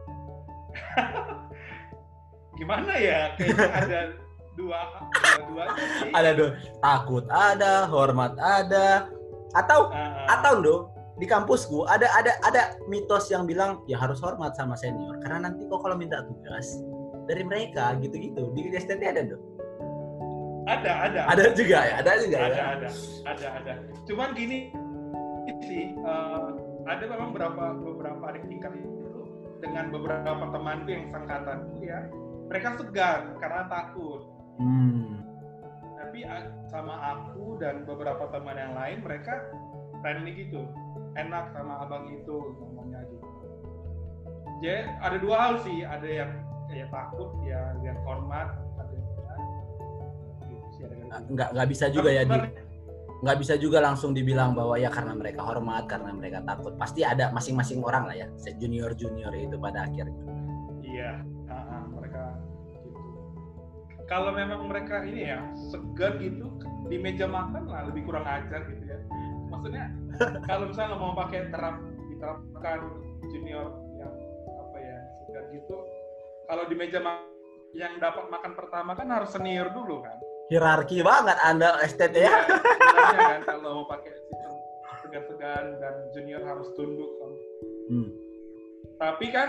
Gimana ya? Kayaknya ada dua, dua, sih. Ada dua. Takut ada, hormat ada. Atau uh, atau loh di kampusku ada ada ada mitos yang bilang ya harus hormat sama senior karena nanti kok kalau minta tugas dari mereka gitu-gitu. Di S T T ada dong? Ada, ada. Ada juga ya, ada juga ada, ya. Ada, ada, ada. Cuman gini sih, uh, ada memang beberapa beberapa adik tingkat itu dengan beberapa temanku yang sangkatanku ya, mereka segan karena takut. Hmm. Tapi sama aku dan beberapa teman yang lain, mereka friendly gitu, enak sama abang itu ngomongnya gitu. Jadi ada dua hal sih, ada yang kayak takut, ya yang hormat, ada yang gitu sih, ada yang nggak nggak bisa juga ya di, nggak bisa juga langsung dibilang bahwa ya karena mereka hormat, karena mereka takut. Pasti ada masing-masing orang lah ya, junior junior itu pada akhirnya. Iya, uh, mereka gitu. Kalau memang mereka ini ya segan gitu di meja makan lah lebih kurang ajar gitu ya. Maksudnya kalau misalnya mau pakai terap diterapkan junior yang apa ya segan gitu, kalau di meja makan yang dapat makan pertama kan harus senior dulu kan. Hierarki banget Anda S T T ya. Ya sebenarnya kan kalau mau pakai sistem segan-segan dan junior harus tunduk kan. Hmm. Tapi kan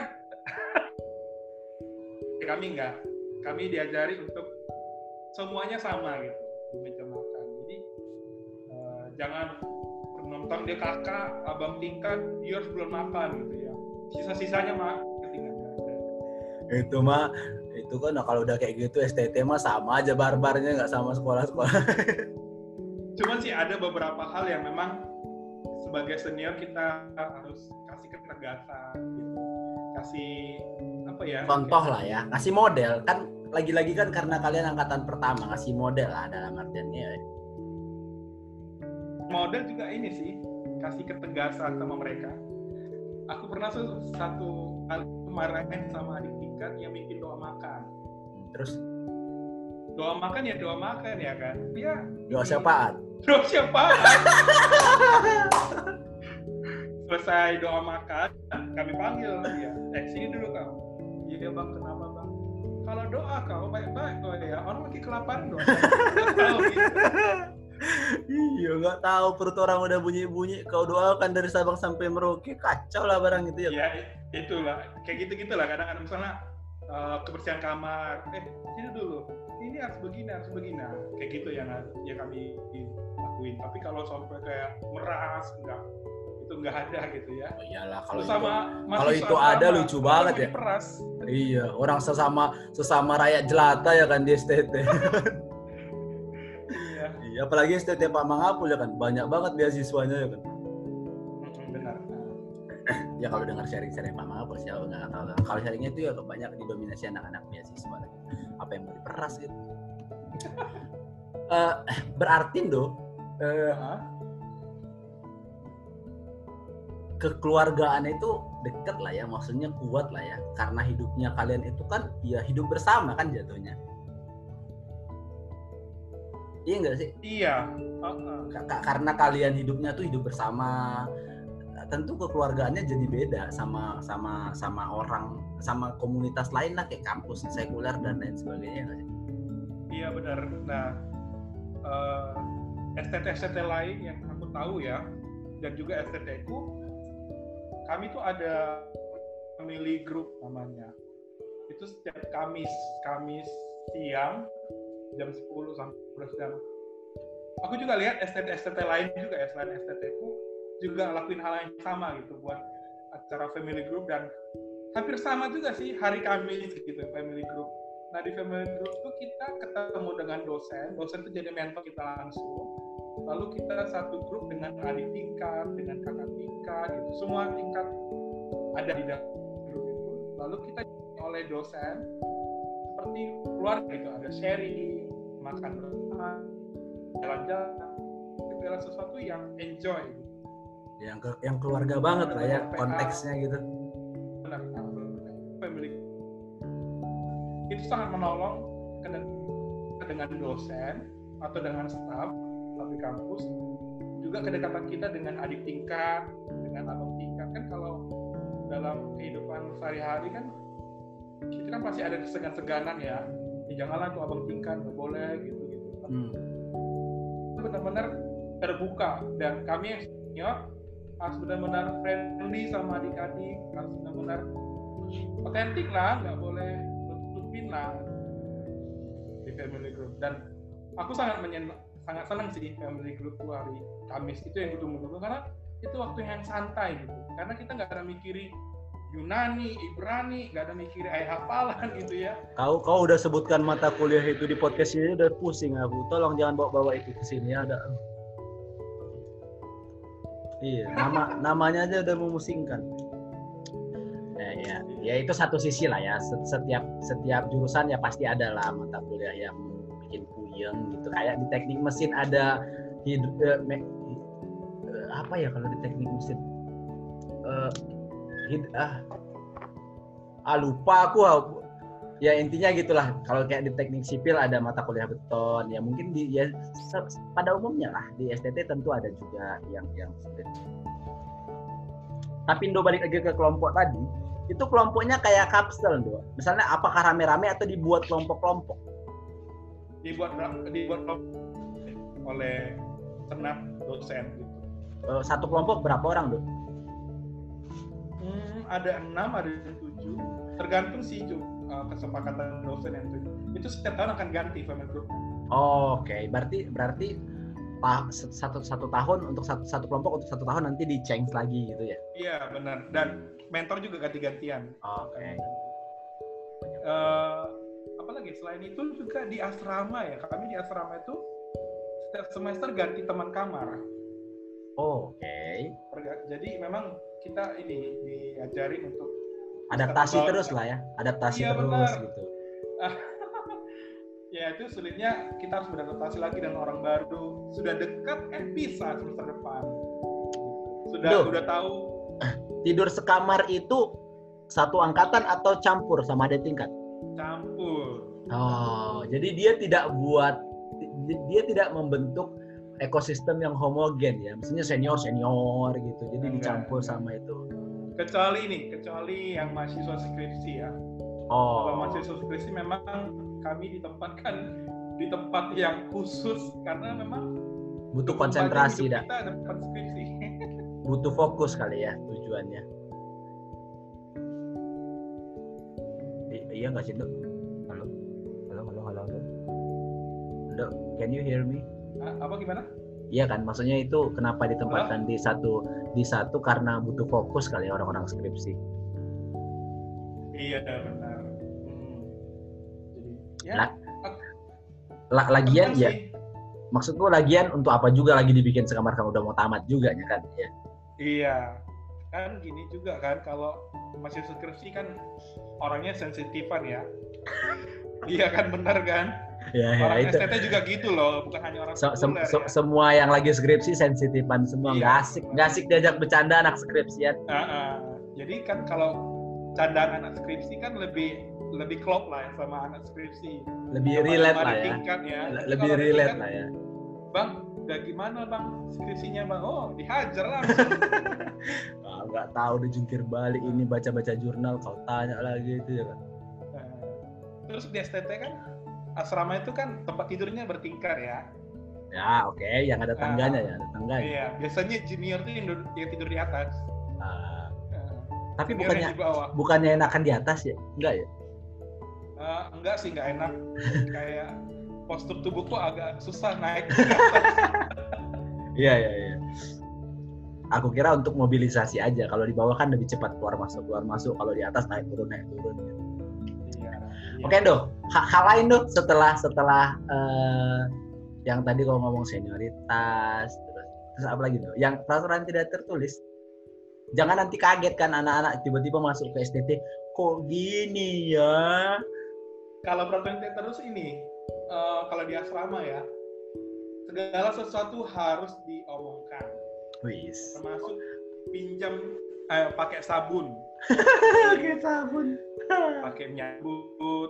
kami enggak, kami diajari untuk semuanya sama gitu di meja makan. Jadi uh, jangan nonton dia kakak, abang tingkat, dia harus belum makan gitu ya. Sisa-sisanya mah ketinggalan. Itu mah itu kan nah, kalau udah kayak gitu S T T mah sama aja barbarnya, nggak sama sekolah-sekolah. Cuman sih ada beberapa hal yang memang sebagai senior kita harus kasih ketegasan gitu. Kasih apa ya? Contoh lah ya, ngasih model kan, lagi-lagi kan karena kalian angkatan pertama, ngasih model lah dalam artiannya. Model juga ini sih, kasih ketegasan sama mereka. Aku pernah satu kali kemarin sama adik tingkat yang bikin doa makan. Terus doa makan ya doa makan ya kan? Dia doa siapaan? Doa siapaan? Selesai doa makan, kami panggil dia. Eh sini dulu kau. Iya bang, kenapa bang? Kalau doa kau baik-baik kau ya. Orang lagi kelaparan doa. Tahu gitu. Iya nggak tahu, perut orang udah bunyi-bunyi, kau doakan dari Sabang sampai Merauke, kacau lah barang gitu ya. Ya itulah, kayak gitu gitulah. Kadang-kadang misalnya uh, kebersihan kamar, eh sini dulu. Ini harus begini, harus begini. Kayak gitu yang yang kami lakuin. Tapi kalau sampai kayak meras enggak, itu enggak ada gitu ya. Oh iyalah kalau sama itu, kalau itu ada sama, lucu banget ya. Diperas. Iya, orang sesama sesama rakyat jelata ya kan di S T T. Iya. Iya, apalagi S T T Pak Mangapul ya kan, banyak banget beasiswanya ya kan. Benar. Ya kalau dengar sharing-sharing Pak Mangapul sih aku nggak tahu. Kalau sharingnya itu ya banyak didominasi anak-anak beasiswa lagi. Apa yang mau diperas gitu. uh, berarti do uh, uh-huh. kekeluargaan itu deket lah ya, maksudnya kuat lah ya, karena hidupnya kalian itu kan ya hidup bersama kan jatuhnya. Iya nggak sih? Iya. Uh-uh. Karena kalian hidupnya tuh hidup bersama, tentu kekeluargaannya jadi beda sama sama sama orang, sama komunitas lain lah kayak kampus sekuler dan lain sebagainya nggak sih? Iya benar. Nah, uh, S T T-S T T lain yang aku tahu ya, dan juga S T T-ku, kami tuh ada family group namanya. Itu setiap Kamis, Kamis siang jam sepuluh sampai sebelas jam. Aku juga lihat S T T-S T T lain juga ya, selain S T T-ku juga lakuin hal yang sama gitu buat acara family group, dan hampir sama juga sih hari Kamis gitu family group. Nah di family group tuh kita ketemu dengan dosen, dosen itu jadi mentor kita langsung. Lalu kita satu grup dengan adik tingkat, dengan kakak tingkat, gitu. Semua tingkat ada di dalam grup itu. Lalu kita oleh dosen seperti keluarga gitu, ada sharing, makan bersama, jalan-jalan, itu adalah sesuatu yang enjoy. Gitu. Yang ke, yang keluarga banget lah ya konteksnya gitu. Benar, family itu sangat menolong dengan dosen atau dengan staf di kampus, juga kedekatan kita dengan adik tingkat, dengan abang tingkat. Kan kalau dalam kehidupan sehari-hari kan kita kan pasti ada kesegan-seganan ya, ya janganlah tuh abang tingkat, nggak boleh gitu-gitu. Hmm. Benar-benar terbuka, dan kami yang senior harus benar-benar friendly sama adik-adik, harus benar-benar otentik lah, nggak boleh tutupin lah di family group. Dan aku sangat menyen- sangat senang sih family group tuh hari Kamis itu yang ditunggu-tunggu, karena itu waktu yang santai gitu, karena kita nggak ada mikirin Yunani, Ibrani, nggak ada mikirin ayat hafalan gitu ya. Kau kau udah sebutkan mata kuliah itu di podcast ini, udah pusing aku. Tolong jangan bawa-bawa itu ke sini ya, ada. Iya, nama namanya aja udah memusingkan. Eh, ya, ya itu satu sisi lah ya. Setiap setiap jurusan ya pasti ada lah mata kuliah yang bikin puyeng gitu. Kayak di teknik mesin ada hidro, eh, me, eh, apa ya kalau di teknik mesin? Eh, hid, ah, ah lupa aku. Ya intinya gitulah. Kalau kayak di teknik sipil ada mata kuliah beton. Ya mungkin di ya pada umumnya lah di S T T tentu ada juga yang yang sulit. Tapi Indo balik lagi ke kelompok tadi, itu kelompoknya kayak kapsel, Indo. Misalnya apakah rame-rame atau dibuat kelompok-kelompok? Dibuat dibuat oleh senat dosen gitu. Satu kelompok berapa orang, Indo? Hmm, ada enam, ada yang tujuh. Tergantung sih uh, kesepakatan dosen yang tujuh. Itu setiap tahun akan ganti format grup. Oh, oke, okay. berarti berarti satu satu tahun untuk satu satu kelompok untuk satu tahun nanti di change lagi gitu ya? Iya benar, dan mentor juga ganti-gantian. Oke. Okay. Uh, apalagi selain itu juga di asrama ya, kami di asrama itu setiap semester ganti teman kamar. Oh, oke. Okay. Jadi memang kita ini diajarin untuk adaptasi terus lah ya, adaptasi iya, terus benar. Gitu. Ya itu sulitnya, kita harus beradaptasi lagi dengan orang baru. Sudah dekat eh bisa semester depan. Sudah Duh. Sudah tahu. Tidur sekamar itu satu angkatan atau campur sama adik tingkat? Campur. Oh, jadi dia tidak buat dia tidak membentuk ekosistem yang homogen ya. Maksudnya senior senior gitu. Jadi enggak, dicampur enggak. Sama itu. Kecuali ini, kecuali yang mahasiswa skripsi ya. Oh. Kalau mahasiswa skripsi memang kami ditempatkan di tempat yang khusus karena memang butuh konsentrasi dah. Kita dapat skripsi. Butuh fokus kali ya tujuannya. I- iya nggak sih, Dok? Halo, halo, halo, halo, halo. Dok, can you hear me? Ah, apa gimana? Iya kan, maksudnya itu kenapa ditempatkan halo? di satu di satu karena butuh fokus kali ya orang-orang skripsi. Iya benar. Ya, La, la, lagian ya, sih. Maksudku lagian untuk apa juga lagi dibikin sekamar kamu udah mau tamat juga ya kan? Ya. Iya, kan gini juga kan kalau masih skripsi kan orangnya sensitifan ya. Iya kan benar kan? Ya, orang ya, itu. S T T juga gitu loh, bukan hanya orang se- populer se- ya. Semua yang lagi skripsi sensitifan semua, nggak iya, asik, nggak asik diajak bercanda anak skripsian. Uh, uh. Jadi kan kalau candaan anak skripsi kan lebih lebih klop lah ya sama anak skripsi. Lebih sama relate lah ya. Tingkat, ya. Lebih relate tingkat, lah ya. Bang, udah gimana bang skripsinya bang? Oh, dihajar lah. Ah, nggak tahu dijungkir balik ini baca-baca jurnal kau tanya lagi itu ya kan. Nah, terus di S T T kan asrama itu kan tempat tidurnya bertingkat ya. Ya oke, okay. Yang ada tangganya uh, ya, ada tangganya. Iya, biasanya junior tuh yang, yang tidur di atas. Uh, uh, tapi bukannya bukannya enakan di atas ya? Enggak ya? Uh, enggak sih, enggak enak. Kayak postur tubuhku agak susah naik. Iya, iya, iya. Aku kira untuk mobilisasi aja. Kalau di bawah kan lebih cepat keluar masuk, keluar masuk. Kalau di atas naik turun, naik turun. Gitu. Iya. Oke, okay, Dok. Hal lain, Dok, setelah setelah uh, yang tadi kalau ngomong senioritas, terus, terus apa lagi, Dok? Yang peraturan tidak tertulis. Jangan nanti kaget kan anak-anak tiba-tiba masuk ke S T T. Kok gini ya? Kalau peraturan tidak terus ini, uh, kalau di asrama ya, segala sesuatu harus diomongkan. Wis. Termasuk pinjam, eh, pakai sabun. Pakai sabun. Pakai nyabut.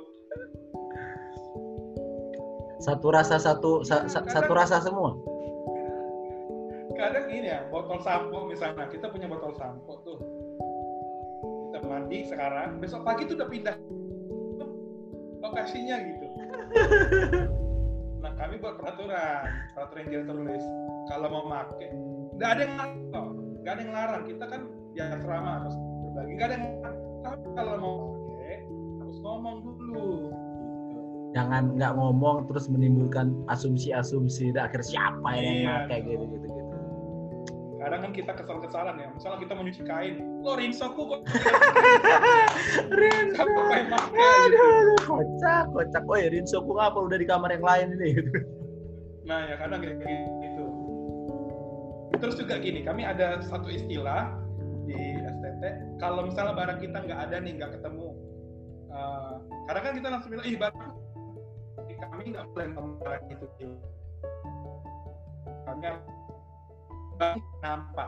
Satu rasa satu sa, sa, kadang, satu rasa semua. Kadang ini ya, botol sampo misalnya, kita punya botol sampo tuh. Kita mandi sekarang, besok pagi tuh udah pindah lokasinya gitu. Nah kami buat peraturan, peraturan yang tidak tertulis. Kalau mau pakai, nggak ada yang larang, nggak ada yang larang. Kita kan di asrama harus berbagi, nggak ada yang larang. Tapi kalau mau pakai, harus ngomong dulu. Gitu. Jangan nggak ngomong terus menimbulkan asumsi-asumsi. Dan akhirnya siapa yang iya, pakai gitu-gitu. Kadang kan kita kesal-kesalan ya. Misalnya kita mau nyuci kain, lo rinsoku kok. Rinso. Aduh, kocak, kocak. Oh ya rinsoku apa udah di kamar yang lain ini. Nah ya kadang kayak gitu. Terus juga gini, kami ada satu istilah di S T T eh, kalau misalnya barang kita nggak ada nih, nggak ketemu, uh, karena kan kita langsung bilang, ih barang di kami nggak boleh barang itu, kami nampak.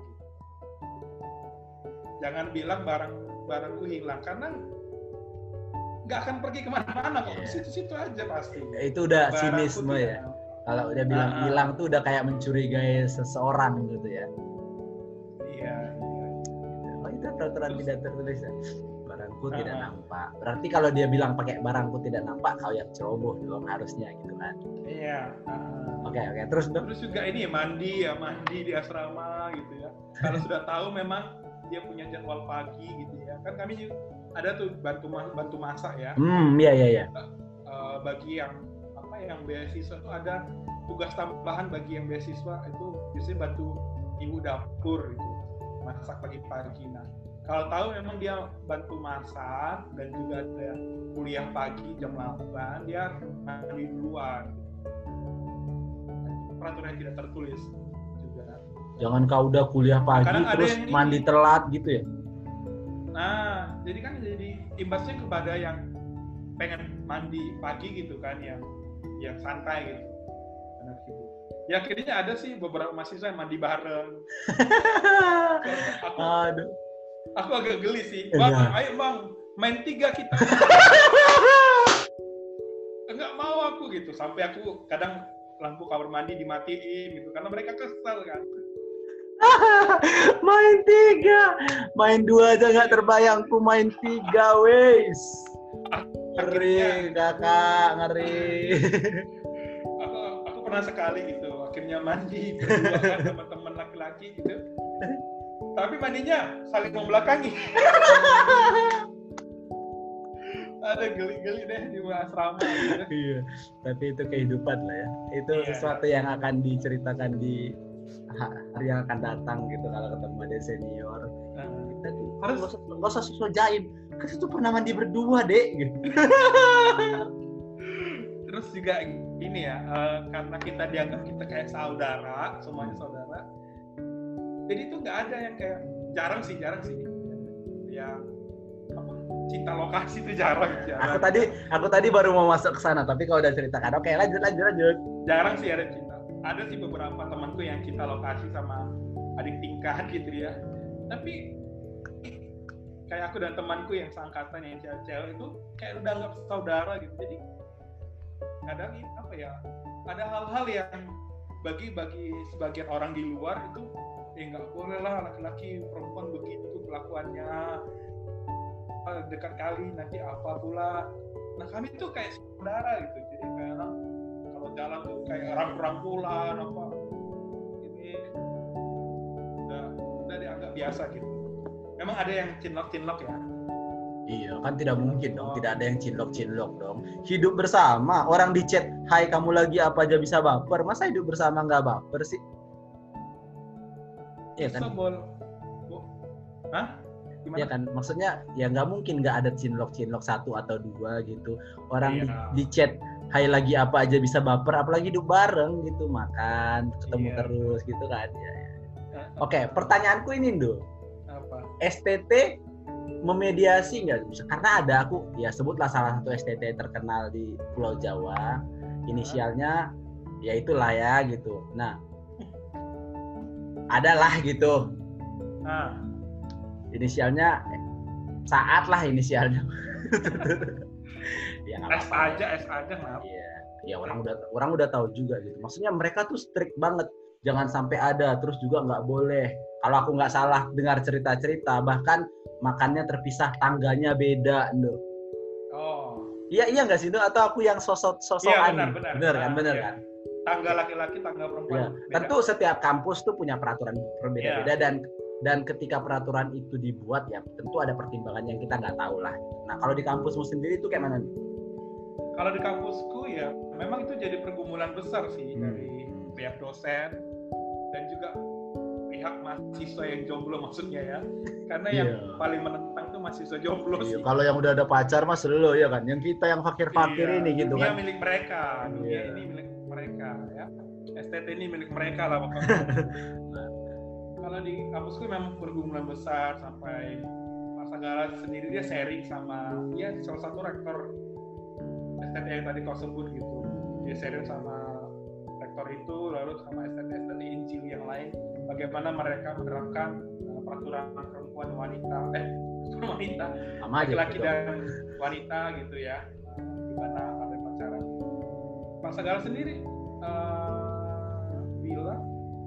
Jangan bilang barang barangku hilang, karena nggak akan pergi kemana-mana kok, di situ-situ aja pasti. Itu udah Barangku sinisme ya. tidak. Kalau udah bilang Ah, hilang tuh udah kayak mencurigai seseorang gitu ya. Iya. Oh itu peraturan Terus- tidak tertulis ya. Barangku Ah, tidak ah. nampak. Berarti kalau dia bilang pakai barangku tidak nampak, kau yang ceroboh dong harusnya gitu kan. Iya. ah. Oke oke terus dong. Terus juga ini ya, mandi ya, mandi di asrama gitu ya. Kalau sudah tahu memang dia punya jadwal pagi gitu ya. Kan kami juga ada tuh bantu ma- bantu masak ya. Hmm iya iya iya. Uh, bagi yang apa yang beasiswa itu ada tugas tambahan bagi yang beasiswa itu biasanya bantu ibu dapur itu masak pagi-pagi. Nah kalau tahu memang dia bantu masak dan juga ada kuliah pagi jam delapan, dia mandi duluan. Peraturan yang tidak tertulis juga. Jangan kau udah kuliah pagi Kadang ada terus yang ini. mandi telat gitu ya. Nah, jadi kan jadi imbasnya kepada yang pengen mandi pagi gitu kan, yang yang santai gitu. Anak ibu. Ya akhirnya ada sih beberapa mahasiswa yang mandi bareng. aku, Aduh. aku agak geli sih. Iya. Bang, ayo bang, main tiga kita. Enggak mau aku gitu. Sampai aku kadang lampu kamar mandi dimatiin gitu karena mereka kesel kan. Main tiga, main dua aja nggak terbayangku main tiga wes. Ngeri kakak, ngeri. Aku aku pernah sekali gitu, akhirnya mandi berdua kan teman-teman laki-laki gitu. Tapi mandinya saling membelakangi. Ada geli-geli deh di asrama gitu. Iya, tapi itu kehidupan lah ya. Itu Iya. sesuatu yang akan diceritakan di hari yang akan datang gitu kalau ketemu ada senior. Nah, Kita tuh Harus- nggak usah nggak usah sosok jaim. Kita tuh pernah mandi berdua dek. Gitu. terus juga ini ya, eh, karena kita dianggap kita kayak saudara, semuanya saudara. Jadi itu nggak ada yang kayak jarang sih, jarang sih. Ya apa, cinta lokasi itu jarang, jarang. Aku tadi aku tadi baru mau masuk ke sana, tapi kalau udah ceritakan, oke lanjut lanjut lanjut. jarang sih ada cinta. Ada sih beberapa temanku yang cinta lokasi sama adik tingkat gitu ya. Tapi kayak aku dan temanku yang seangkatan yang cewek-cewek itu kayak udah anggap saudara gitu. Jadi kadang ini apa ya? Ada hal-hal yang bagi bagi sebagian orang di luar itu ya nggak boleh lah laki-laki perempuan begitu kelakuannya, ah, dekat kali nanti apa pula. Nah kami tuh kayak saudara gitu. Jadi kayak orang kalau jalan tuh kayak rangkul-rangkulan apa ini udah udah dianggap biasa gitu. Memang ada yang cinlok-cinlok ya. Iya kan tidak mungkin dong, tidak ada yang cinlok-cinlok dong. Hidup bersama, orang di chat, hai kamu lagi apa aja bisa baper, masa hidup bersama nggak baper sih? Iya kan? Bisa bol. Bo- Hah? Gimana? Iya kan, maksudnya ya nggak mungkin nggak ada cinlok-cinlok satu atau dua gitu. Orang di, Iya. di chat, hai lagi apa aja bisa baper, apalagi hidup bareng gitu, makan, ketemu Iya. terus gitu kan. Ya, ya. Eh, Oke, pertanyaanku ini Ndo, apa? S T T memediasi nggak? Karena ada aku, ya sebutlah salah satu S T T terkenal di Pulau Jawa, inisialnya ya itulah ya gitu. Nah, adalah gitu. Nah, Inisialnya saat lah inisialnya. Ya nggak S apa-apa. aja, S aja kenapa? Iya, ya orang udah orang udah tahu juga gitu. Maksudnya mereka tuh strict banget. Jangan sampai ada, terus juga nggak boleh. Kalau aku nggak salah dengar cerita-cerita, bahkan makannya terpisah, tangganya beda, Ndo. Oh, Iya iya nggak sih Ndo? Atau aku yang sosok sosokan? Iya, benar, benar. Benar kan, Ah, benar iya. kan? tangga laki-laki, tangga perempuan. Ya, beda. tentu setiap kampus tuh punya peraturan berbeda-beda Iya. dan dan ketika peraturan itu dibuat ya tentu ada pertimbangan yang kita nggak tahu lah. Nah kalau di kampusmu sendiri itu kayak mana? Kalau di kampusku ya, memang itu jadi pergumulan besar sih Hmm. dari pihak dosen dan juga pihak mahasiswa yang jomblo maksudnya ya. Karena yang Iya. paling menentang tuh mahasiswa jomblo Iya, sih. kalau yang udah ada pacar mas lo ya kan, yang kita yang fakir-fakir Iya, ini gitu dunia kan. milik mereka, dunia Iya. ini milik mereka ya. S T T ini milik mereka lah pokoknya. kalau di kampusku memang pergumulan besar sampai Mas Sagala sendiri dia sharing sama ya salah satu rektor S T T yang tadi kau sebut gitu. Dia sharing sama rektor itu lalu sama S T T S T T Injil yang lain bagaimana mereka menerapkan uh, peraturan perempuan wanita eh wanita laki-laki dan wanita gitu ya. Uh, gimana ada pacaran. Mas Sagala sendiri uh, bilang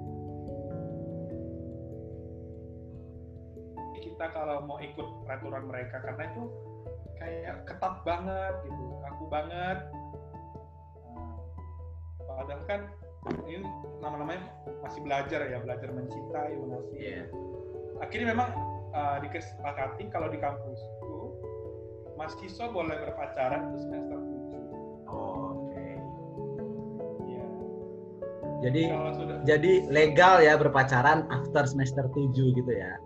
kita kalau mau ikut peraturan mereka karena itu kayak ketat banget gitu, kaku banget. Nah, padahal kan ini nama-namanya masih belajar ya, belajar mencintai, mengasihi. Yeah. Akhirnya memang uh, dikesepakati kalau di kampusku mahasiswa boleh berpacaran itu semester tujuh. Oh, oke. Okay. Yeah. Jadi sudah, jadi legal ya berpacaran after semester tujuh gitu ya.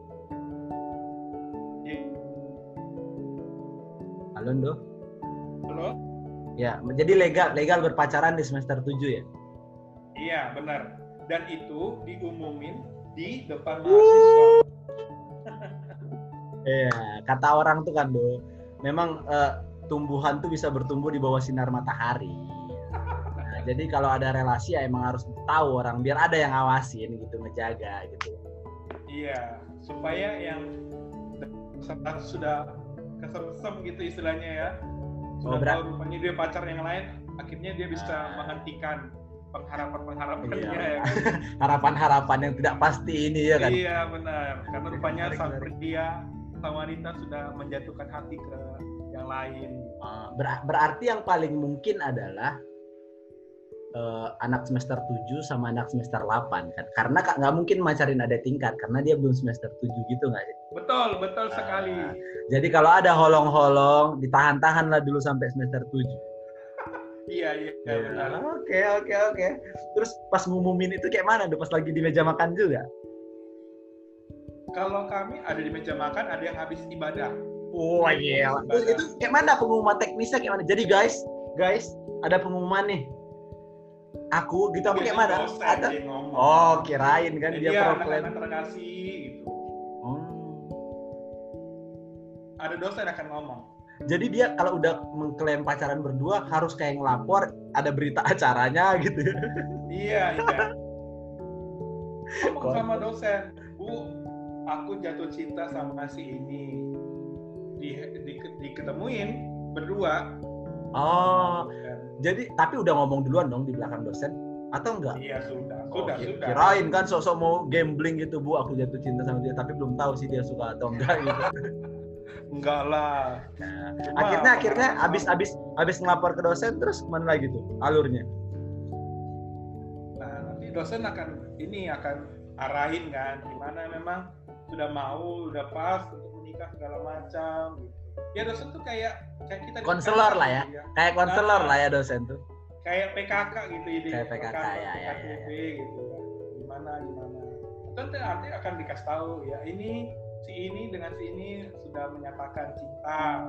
Halo, Ndo? Halo? Ya, jadi legal legal berpacaran di semester tujuh ya? Iya, benar. Dan itu diumumin di depan mahasiswa. Iya, kata orang tuh kan, Do, memang uh, tumbuhan tuh bisa bertumbuh di bawah sinar matahari. Nah, jadi kalau ada relasi ya emang harus tahu orang, biar ada yang ngawasin gitu, ngejaga gitu. Iya, supaya yang sudah kesemsem gitu istilahnya ya, sudah oh, tahu rupanya dia pacar yang lain, akhirnya dia bisa nah. menghentikan pengharapan-pengharapannya iya. ya kan? Harapan-harapan yang tidak pasti ini ya kan? Iya benar, karena rupanya sang pria, sang wanita sudah menjatuhkan hati ke yang lain. Ber- berarti yang paling mungkin adalah uh, anak semester tujuh sama anak semester delapan kan? Karena nggak mungkin macarin ada tingkat, karena dia belum semester tujuh gitu nggak sih? Betul, betul uh, sekali. Jadi kalau ada holong-holong, ditahan-tahan lah dulu sampai semester tujuh. Iya, iya, iya benar. Oke, oke, oke. Terus pas ngumumin itu kayak mana tuh? Pas lagi di meja makan juga? Kalau kami ada di meja makan, ada yang habis ibadah. Oh iya. Terus itu kayak mana pengumuman teknisnya kayak mana? Jadi guys, guys, ada pengumuman nih. Aku gitu apa kayak mana? Ada. Oh, kirain kan dia, dia proklaim. Anak-anak terkasih gitu. Oh. Ada dosen akan ngomong. Jadi dia kalau udah mengklaim pacaran berdua harus kayak ngelapor, ada berita acaranya gitu. Iya, iya. Ngomong sama dosen, Bu, aku jatuh cinta sama si ini. Di, di, diketemuin berdua. Oh, dan, jadi tapi udah ngomong duluan dong di belakang dosen atau enggak? Iya sudah, oh, sudah, sudah. Kirain kan sok-sok mau gambling gitu, Bu, aku jatuh cinta sama dia, tapi belum tahu sih dia suka atau enggak gitu. Enggak lah. Nah, akhirnya akhirnya abis abis abis ngelapor ke dosen terus mana lagi tuh alurnya? Nah nanti dosen akan ini akan arahin kan gimana memang sudah mau udah pas untuk menikah segala macam gitu. Ya dosen tuh kayak kayak kita konselor lah ya. ya, kayak konselor nah, lah ya dosen tuh. Kayak P K K gitu ide. Kayak P K K ya ya. P K K gitu ya. Gimana gimana. Nanti nanti akan dikasih tahu ya ini si ini dengan si ini sudah menyatakan cinta.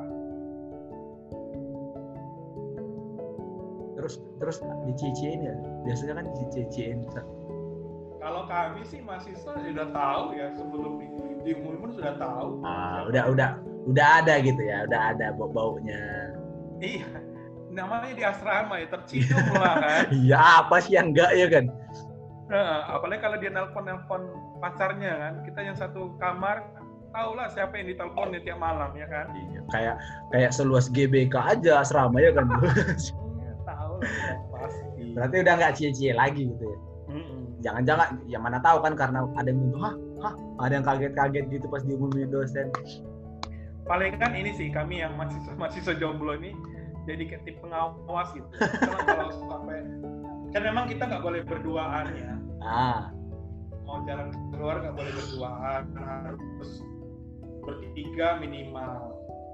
Terus terus diciciein ya? Biasanya kan diciciein. Kalau kami sih mahasiswa sudah tahu ya sebelum di, diumumin sudah tahu. Ah, udah udah udah ada gitu ya, udah ada bau-baunya. Iya, namanya di asrama ya tercium lah kan. Iya, apa sih yang enggak ya kan? Nah, apalagi kalau dia nelpon-nelpon pacarnya kan, kita yang satu kamar tahu lah siapa yang ditelepon nih tiap malam ya kan. Iya, kayak kayak seluas G B K aja asrama ya kan. Iya, tahu lah pasti. Berarti udah nggak cie-cie lagi gitu ya. Mm-mm. Jangan-jangan, ya mana tahu kan karena ada yang bilang, hah, hah, ada yang kaget-kaget gitu pas diumumin dosen. Paling kan ini sih kami yang mahasiswa mahasiswa jomblo ini jadi tim pengawas gitu. Karena kalau sampai kan memang kita nggak boleh berduaan ya. Ah. Mau jalan keluar nggak boleh berduaan, harus bertiga minimal.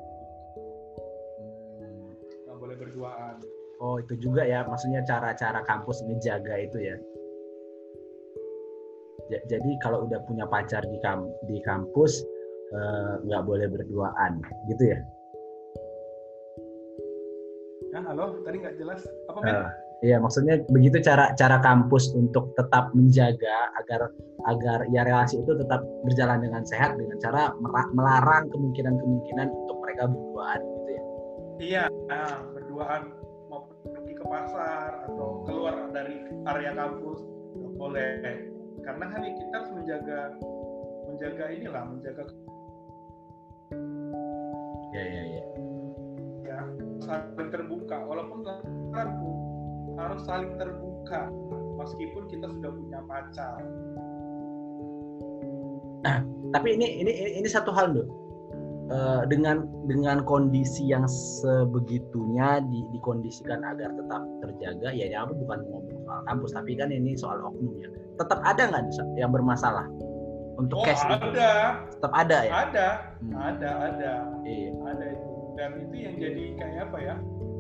Nggak boleh berduaan. Oh itu juga ya, maksudnya cara-cara kampus ngejaga itu ya. Jadi kalau udah punya pacar di kamp di kampus nggak eh, boleh berduaan, gitu ya? Nah, halo, tadi nggak jelas apa men? Uh, Iya, maksudnya begitu cara cara kampus untuk tetap menjaga agar agar ya relasi itu tetap berjalan dengan sehat dengan cara melarang kemungkinan-kemungkinan untuk mereka berduaan gitu ya. Iya, nah, berduaan mau pergi ke pasar atau keluar dari area kampus nggak boleh. Karena kan kita harus menjaga menjaga inilah, menjaga ya ya ya. Ya, saling terbuka walaupun harus saling terbuka meskipun kita sudah punya pacar. Nah, tapi ini ini ini satu hal loh. Uh, dengan dengan kondisi yang sebegitunya di, dikondisikan agar tetap terjaga, ya ya aku bukan ngomong soal kampus, tapi kan ini soal oknum ya. Tetap ada nggak yang bermasalah untuk oh, case ada. itu? Tetap ada ya? Ada, hmm. ada, ada, iya. ada itu. Dan itu yang jadi kayak apa ya?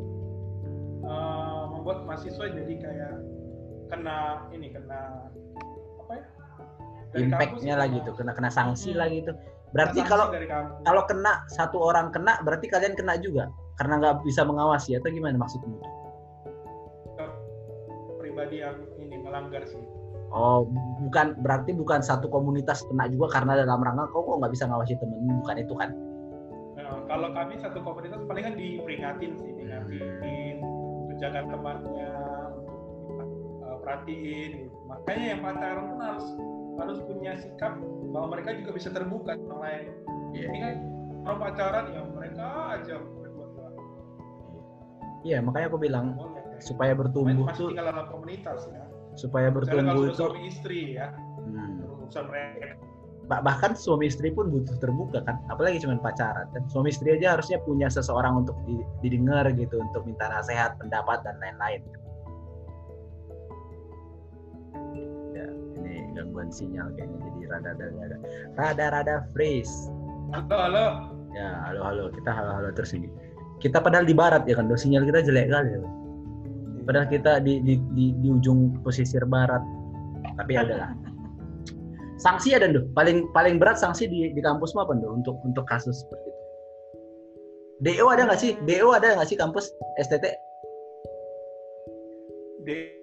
Uh, membuat mahasiswa jadi kayak kena ini kena apa ya? Impact-nya lah gitu, kena kena sanksi hmm. lah gitu. Berarti kalau kalau kena satu orang kena, berarti kalian kena juga karena nggak bisa mengawasi atau gimana maksudmu? Pribadi yang ini melanggar sih. Oh, bukan berarti bukan satu komunitas kena juga karena dalam rangka kau kok nggak bisa ngawasi temenmu, bukan itu kan? Nah, kalau kami satu komunitas paling kan diperingatin sih, diingatin, untuk jaga temannya, uh, perhatiin. Gitu. Makanya yang pacaran pun harus harus punya sikap bahwa mereka juga bisa terbuka sama lain. Yeah. Ini kan orang pacaran ya mereka aja berdua-dua. Iya, makanya aku bilang boleh, ya. Supaya bertumbuh masih tuh tinggal dalam komunitas ya. Supaya bertumbuh itu suami istri ya. Hmm. Urusan mereka. Bahkan suami istri pun butuh terbuka kan, apalagi cuma pacaran kan. Suami istri aja harusnya punya seseorang untuk didengar gitu, untuk minta nasihat, pendapat dan lain-lain. Gangguan sinyal kayaknya jadi rada-rada rada-rada freeze. Halo halo. Ya halo halo kita halo halo terus ini. Kita padahal di barat ya kan, sinyal kita jelek kali ya. Padahal kita di di di, di ujung pesisir barat. Tapi ya udahlah. Sanksi ada Ndo. Paling paling berat sanksi di di kampus apa Ndo untuk untuk kasus seperti itu? D O ada nggak sih? D O ada nggak sih kampus S T T? D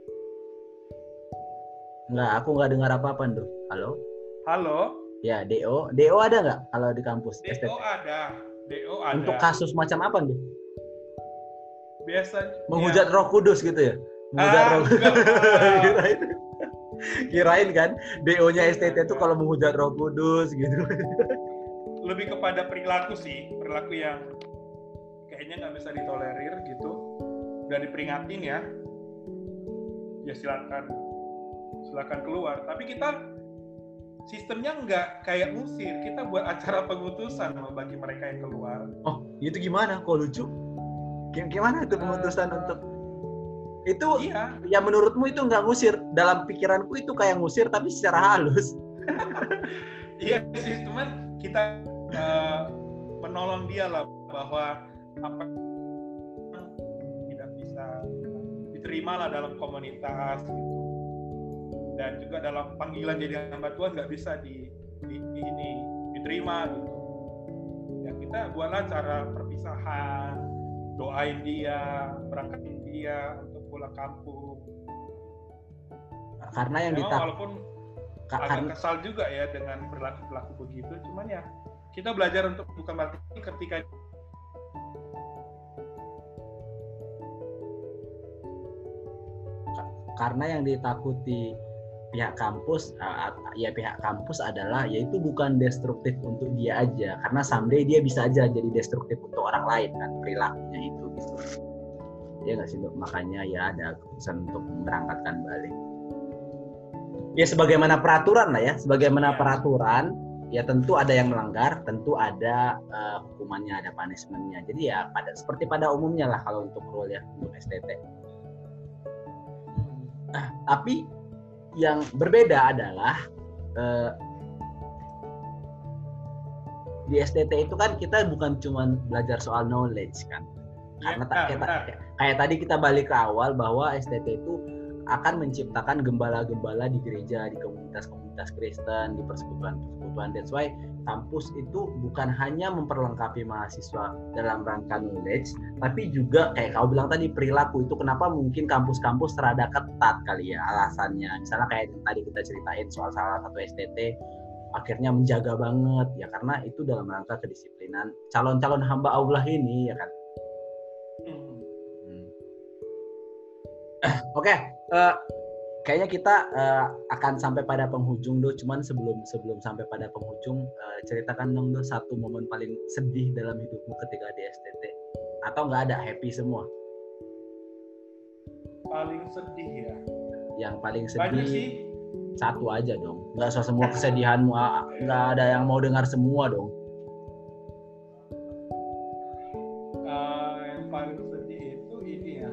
Nggak, aku nggak dengar apa-apa, Ndo. Halo? Halo? Ya, D O. D O ada nggak kalau di kampus? D O S T T? ada. D O ada. Untuk kasus macam apa, Ndo? Biasanya. Menghujat ya. Roh Kudus gitu ya? Menghujat ah, Roh Kudus. Kirain. Kirain kan, D O-nya S T T itu kalau menghujat Roh Kudus gitu. Lebih kepada perilaku sih. Perilaku yang kayaknya nggak bisa ditolerir gitu. Udah diperingatin ya. Ya silakan. Silakan keluar. Tapi kita sistemnya nggak kayak musir. Kita buat acara pengutusan bagi mereka yang keluar. Oh, itu gimana? Kok lucu? Gimana itu pengutusan uh, untuk itu? Iya. Ya menurutmu itu nggak ngusir? Dalam pikiranku itu kayak ngusir tapi secara halus. Iya sih, cuman kita uh, menolong dia lah bahwa apa tidak bisa diterima lah dalam komunitas gitu. Dan juga dalam panggilan jadi hamba Tuhan nggak bisa di, di, di ini diterima gitu. Ya kita buatlah cara perpisahan, doain dia, berangkatin dia untuk pulang kampung. Karena yang ditak walaupun Ka- agak kesal juga ya dengan perilaku-perilaku begitu, cuman ya kita belajar untuk bukan berarti ketika karena yang ditakuti pihak kampus, uh, ya pihak kampus adalah yaitu bukan destruktif untuk dia aja, karena someday dia bisa aja jadi destruktif untuk orang lain kan perilakunya itu gitu. Ya nggak sih, makanya ya ada keputusan untuk memberangkatkan balik. Ya sebagaimana peraturan lah ya, sebagaimana peraturan ya tentu ada yang melanggar, tentu ada uh, hukumannya, ada punishment-nya. Jadi ya pada seperti pada umumnya lah kalau untuk rule ya untuk S T T. Nah, tapi yang berbeda adalah eh, di S T T itu kan kita bukan cuma belajar soal knowledge kan, karena ya, kayak, kayak tadi kita balik ke awal bahwa S T T itu akan menciptakan gembala-gembala di gereja, di komunitas-komunitas Kristen, di persekutuan-persekutuan. That's why kampus itu bukan hanya memperlengkapi mahasiswa dalam rangka knowledge, tapi juga kayak kau bilang tadi, perilaku. Itu kenapa mungkin kampus-kampus terada ketat kali ya alasannya. Misalnya kayak yang tadi kita ceritain soal salah satu S T T akhirnya menjaga banget ya, karena itu dalam rangka kedisiplinan calon-calon hamba Allah ini ya kan. Hmm. Oke, okay, uh, kayaknya kita uh, akan sampai pada penghujung Do. Cuman sebelum sebelum sampai pada penghujung, uh, ceritakan dong Do satu momen paling sedih dalam hidupmu ketika di S T T, atau nggak ada, happy semua? Paling sedih ya? Yang paling sedih. Banyak sih. Satu aja dong. Nggak usah semua kesedihanmu. Nggak ada yang mau dengar semua dong. Uh, yang paling sedih itu ini ya.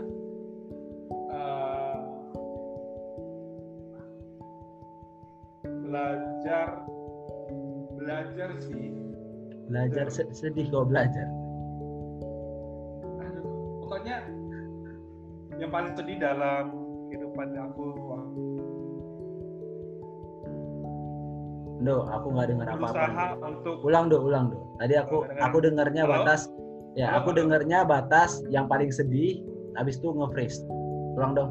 belajar belajar sih belajar sedih kok belajar. Aduh, pokoknya yang paling sedih dalam kehidupan aku. Do, aku nggak dengar apa-apa. Untuk... ulang do ulang do tadi aku aku dengarnya batas ya halo, aku halo. dengarnya batas yang paling sedih, habis itu nge-freeze. Ulang dong.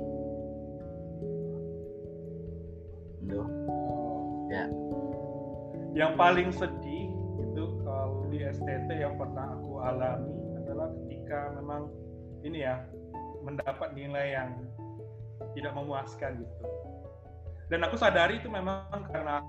Yang paling sedih itu kalau di S T T yang pernah aku alami adalah ketika memang ini ya, mendapat nilai yang tidak memuaskan gitu. Dan aku sadari itu memang karena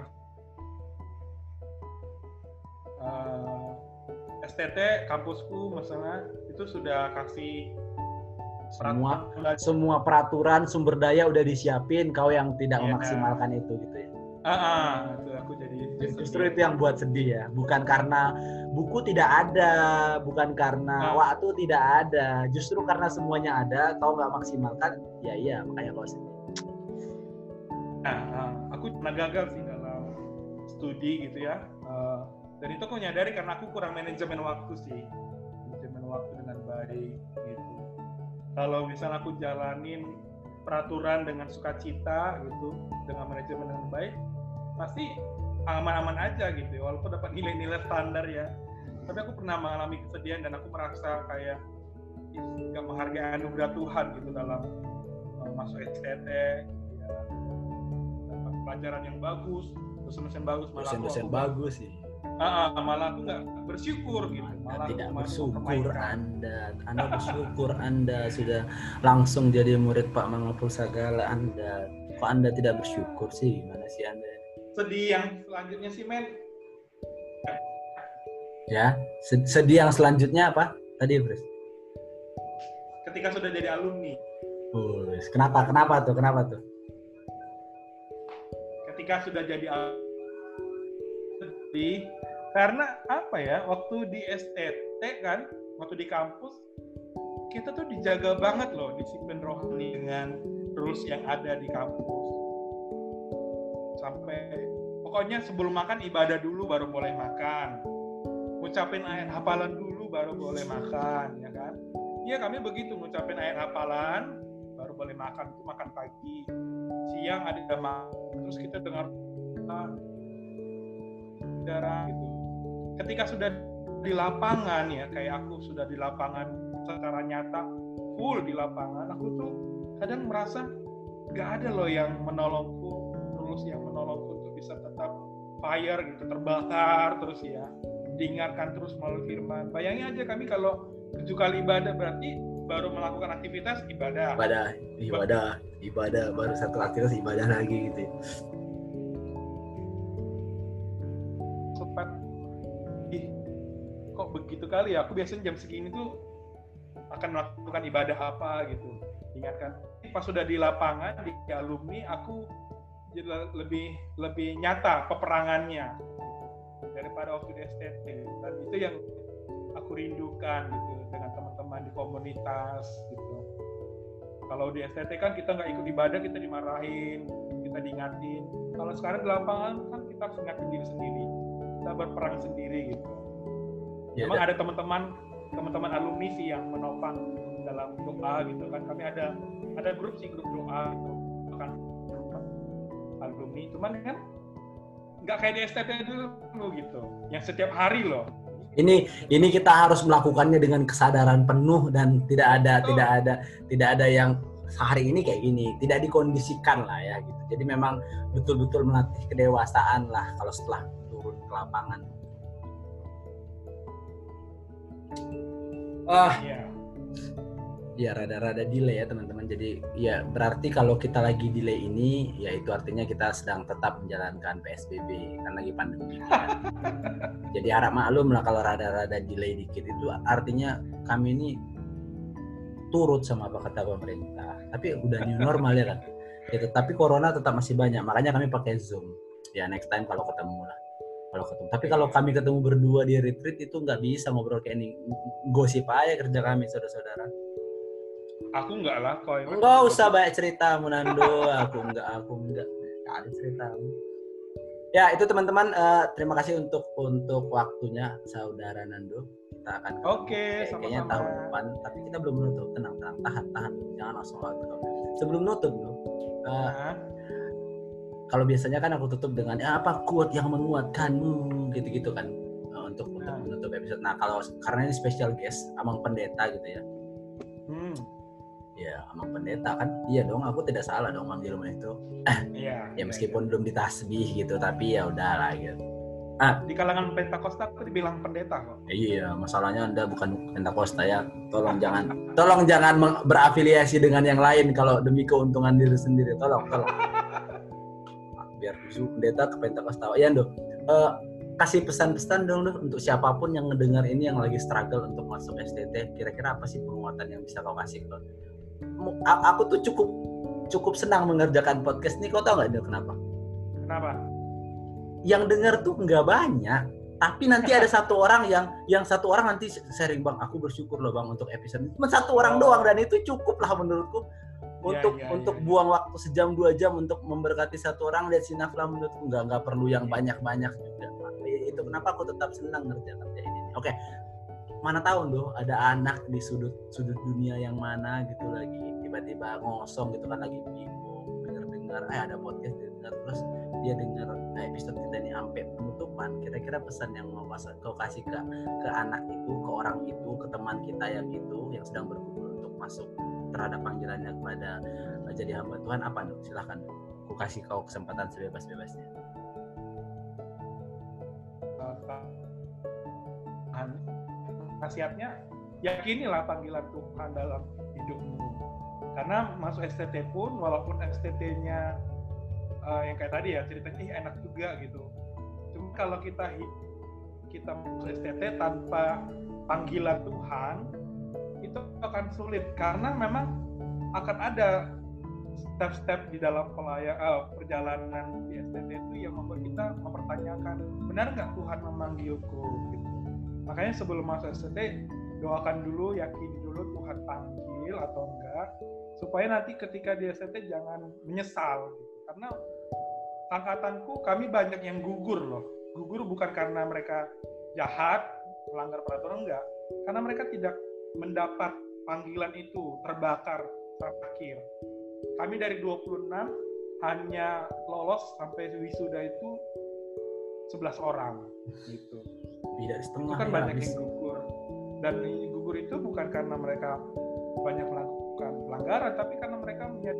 uh, S T T kampusku misalnya itu sudah kasih semua peraturan, semua peraturan sumber daya udah disiapin, kau yang tidak yeah. memaksimalkan itu gitu ya. Ah, uh-uh, itu aku jadi justru sedih. Itu yang buat sedih ya, bukan karena buku tidak ada, bukan karena uh. waktu tidak ada, justru karena semuanya ada, kau nggak maksimalkan, ya iya makanya kau sedih. Nah, uh, aku pernah gagal sih dalam studi gitu ya, uh, dan itu aku nyadari karena aku kurang manajemen waktu sih, manajemen waktu dengan baik gitu. Kalau misalnya aku jalanin peraturan dengan sukacita gitu, dengan manajemen dengan baik, pasti aman-aman aja gitu ya, walaupun dapat nilai-nilai standar ya. Tapi aku pernah mengalami kesedihan dan aku merasa kayak nggak menghargai anugerah Tuhan gitu dalam uh, masuk S T T ya, dapat pelajaran yang bagus, dosen-dosen bagus, malah dosen-dosen aku, bagus sih. Uh, uh, malah aku nggak bersyukur gitu. Malah tidak bersyukur Anda, Anda bersyukur Anda sudah langsung jadi murid Pak Mangapul Sagala Anda. Kok Anda tidak bersyukur sih? Gimana sih Anda? Sedih yang selanjutnya sih men. Ya, sedih yang selanjutnya apa? Tadi Bros. Ketika sudah jadi alumni. Oh, kenapa? Kenapa tuh? Kenapa tuh? Ketika sudah jadi alumni, karena apa ya? Waktu di S T T kan, waktu di kampus kita tuh dijaga banget loh disiplin rohani dengan rules yang ada di kampus. Sampai pokoknya sebelum makan ibadah dulu baru boleh makan, ngucapin ayat hafalan dulu baru boleh makan, ya kan? Iya kami begitu, ngucapin ayat hafalan baru boleh makan, itu makan pagi, siang ada makan, terus kita dengar darah gitu. Ketika sudah di lapangan ya, kayak aku sudah di lapangan secara nyata, full di lapangan, aku tuh kadang merasa gak ada loh yang menolongku, terus yang menolongku untuk bisa tetap fire gitu, terbakar terus ya, diingatkan terus melalui firman. Bayangin aja kami kalau tujuh kali ibadah berarti baru melakukan aktivitas ibadah. Ibadah, ibadah, ibadah, baru satu aktivitas ibadah lagi gitu. Sempat, ih, kok begitu kali ya? Aku biasanya jam segini tuh akan melakukan ibadah apa gitu. Ingatkan. Pas sudah di lapangan di alumni, aku jadi lebih lebih nyata peperangannya daripada waktu di S T T, dan itu yang aku rindukan gitu dengan teman-teman di komunitas gitu. Kalau di S T T kan kita nggak ikut ibadah, kita dimarahin, kita diingatin. Kalau sekarang di lapangan kan kita harus ingatin diri sendiri, kita berperang sendiri gitu. Ya, memang ada teman-teman teman-teman alumni sih yang menopang dalam doa gitu kan. Kami ada ada grup sih, grup doa gitu kan alumni, cuman kan nggak kayak di S T T dulu gitu yang setiap hari loh. Ini ini kita harus melakukannya dengan kesadaran penuh dan tidak ada oh. tidak ada tidak ada yang sehari ini kayak gini, tidak dikondisikan lah ya gitu. Jadi memang betul-betul melatih kedewasaan lah kalau setelah turun ke lapangan. Ah, yeah. Ya rada-rada delay ya teman-teman. Jadi ya berarti kalau kita lagi delay ini, ya itu artinya kita sedang tetap menjalankan P S B B kan lagi pandemi. Kan? Jadi harap maklum lah kalau rada-rada delay dikit, itu artinya kami ini turut sama apa kata pemerintah. Tapi udah new normal ya kan. Ya, tetapi corona tetap masih banyak, makanya kami pakai Zoom. Ya next time kalau ketemu lah. Kalau ketemu. Tapi kalau kami ketemu berdua di retreat itu nggak bisa ngobrol kayak ini. Gosip aja kerja kami saudara-saudara. Aku enggak lah, koi. Enggak usah banyak cerita, Munando. Aku enggak, aku enggak. Kali cerita. Ya itu teman-teman. Uh, terima kasih untuk untuk waktunya, saudara Nando. Kita akan. Oke. Okay, kayaknya tahun depan. Tapi kita belum menutup. Tenang, tenang, tahan, tahan. Jangan langsung out. Sebelum nutup, no. Uh, nah. Kalau biasanya kan aku tutup dengan ya, apa quote yang menguatkanmu, gitu-gitu kan. Uh, untuk untuk nah. menutup episode. Nah kalau karena ini special guest, Amang Pendeta gitu ya. Hmm. Ya, Amang Pendeta kan, iya dong, aku tidak salah dong manggil itu. Iya. Ya meskipun iya. belum ditasbih gitu, tapi ya udahlah gitu. Ah, di kalangan Pentakosta aku dibilang pendeta kok. Iya, masalahnya Anda bukan Pentakosta ya. Tolong jangan, tolong jangan berafiliasi dengan yang lain kalau demi keuntungan diri sendiri. Tolong, tolong. Biar bisu pendeta ke Pentakosta. Ya, Ando. Uh, kasih pesan-pesan dong Duh, untuk siapapun yang ngedengar ini yang lagi struggle untuk masuk S T T. Kira-kira apa sih penguatan yang bisa kau kasih ke? Aku tuh cukup cukup senang mengerjakan podcast nih. Kau tahu nggak kenapa? Kenapa? Yang dengar tuh nggak banyak, tapi nanti ada satu orang yang yang satu orang nanti sharing, Bang, aku bersyukur loh Bang untuk episode cuma satu orang oh. doang, dan itu cukup lah menurutku untuk ya, ya, untuk ya, buang ya. waktu sejam dua jam untuk memberkati satu orang. Dan sinaf lah menurutku, nggak nggak perlu yang banyak-banyak juga. Itu kenapa aku tetap senang ngerjakan kayak ini. Oke. Mana tahu loh ada anak di sudut sudut dunia yang mana gitu lagi tiba-tiba ngosong gitu kan, lagi bingung dengar-dengar eh ada podcast dengar, terus dia dengar episode kita ini sampai penutupan. Kira-kira pesan yang mau kau kasih ke ke anak itu, ke orang itu, ke teman kita yang itu yang sedang bergumul untuk masuk terhadap panggilannya kepada jadi hamba Tuhan apa dong? Silakan dong. Aku kasih kau kesempatan sebebas-bebasnya. Nasihatnya, yakinilah panggilan Tuhan dalam hidupmu. Karena masuk S T T pun, walaupun S T T-nya uh, yang kayak tadi ya ceritanya ih enak juga gitu. Cuma kalau kita kita masuk S T T tanpa panggilan Tuhan, itu akan sulit karena memang akan ada step-step di dalam pelaya, uh, perjalanan di S T T itu yang membuat kita mempertanyakan, benar nggak Tuhan memanggilku? Gitu. Makanya sebelum masuk S T T, doakan dulu, yakini dulu Tuhan panggil atau enggak, supaya nanti ketika di S T T jangan menyesal. Gitu. Karena angkatanku kami banyak yang gugur loh. Gugur bukan karena mereka jahat, melanggar peraturan, enggak. Karena mereka tidak mendapat panggilan itu, terbakar terakhir. Kami dari dua puluh enam hanya lolos sampai wisuda itu sebelas orang gitu. Tidak setengah. Itu kan ya, banyak habis. yang gugur. Dan yang gugur itu bukan karena mereka banyak melakukan pelanggaran, tapi karena mereka melihat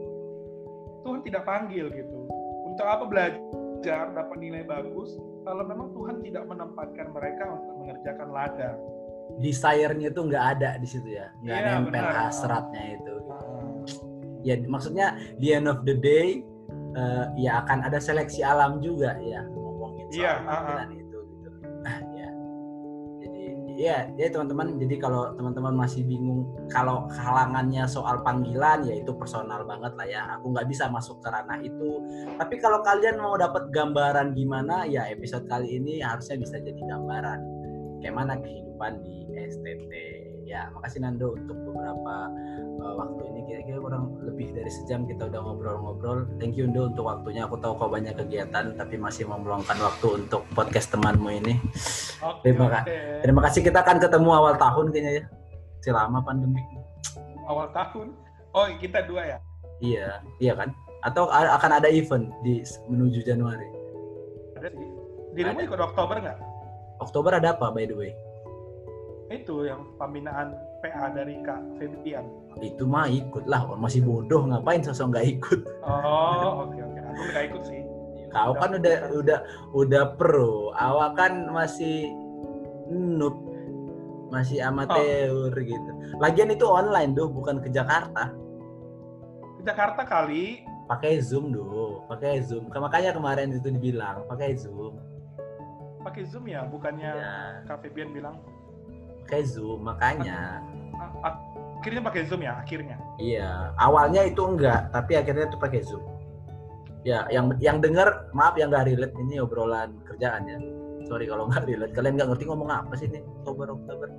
Tuhan tidak panggil gitu. Untuk apa belajar dapat nilai bagus kalau memang Tuhan tidak menempatkan mereka untuk mengerjakan ladang. Desire-nya itu nggak ada di situ ya, nggak ya, nempel benar. hasratnya itu. Hmm. Ya maksudnya di end of the day uh, ya akan ada seleksi alam juga ya, ngomongin soal ya, panggilan uh-huh. itu gitu. ya jadi ya ya teman-teman, jadi kalau teman-teman masih bingung kalau halangannya soal panggilan, ya itu personal banget lah ya, aku nggak bisa masuk ke ranah itu. Tapi kalau kalian mau dapat gambaran gimana, ya episode kali ini harusnya bisa jadi gambaran kayak mana kehidupan di S T T. Ya, makasih Nando untuk beberapa uh, waktu ini, kira-kira kurang lebih dari sejam kita udah ngobrol-ngobrol. Thank you Nando untuk waktunya. Aku tahu kau banyak kegiatan tapi masih mau meluangkan waktu untuk podcast temanmu ini. Okay, terima kasih. Okay. Terima kasih, kita akan ketemu awal tahun kayaknya ya. Selama pandemi. Awal tahun. Oh, kita dua ya? Iya, iya kan? Atau a- akan ada event di menuju Januari? Ada sih. Dirimu ikut Oktober nggak? Oktober ada apa by the way? Itu yang pembinaan P A dari Kak Febian. Itu mah ikut lah, orang masih bodoh ngapain sosok nggak ikut? Oh, oke oke. Aku nggak ikut sih. Kau kan udah udah udah pro, awak kan masih noob, masih amatir gitu. Lagian itu online doh, bukan ke Jakarta. Ke Jakarta kali. Pakai Zoom doh, pakai Zoom. Makanya kemarin itu dibilang pakai Zoom. Pakai Zoom ya, bukannya Ya, Kak Febian bilang. pakai Zoom, makanya. A- a- akhirnya pakai Zoom ya, akhirnya. Iya, awalnya itu enggak, tapi akhirnya itu pakai Zoom. Ya, yang yang dengar maaf yang nggak relate, ini obrolan kerjaan ya. Sorry kalau nggak relate. Kalian nggak ngerti ngomong apa sih ini? Oktober Oktober.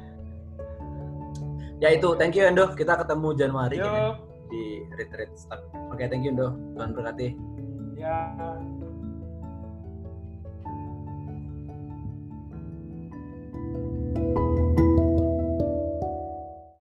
Ya itu, thank you Endo. Kita ketemu Januari Yuk. di retreat stuck. Oke, thank you Endo. Tuhan berkati. Ya.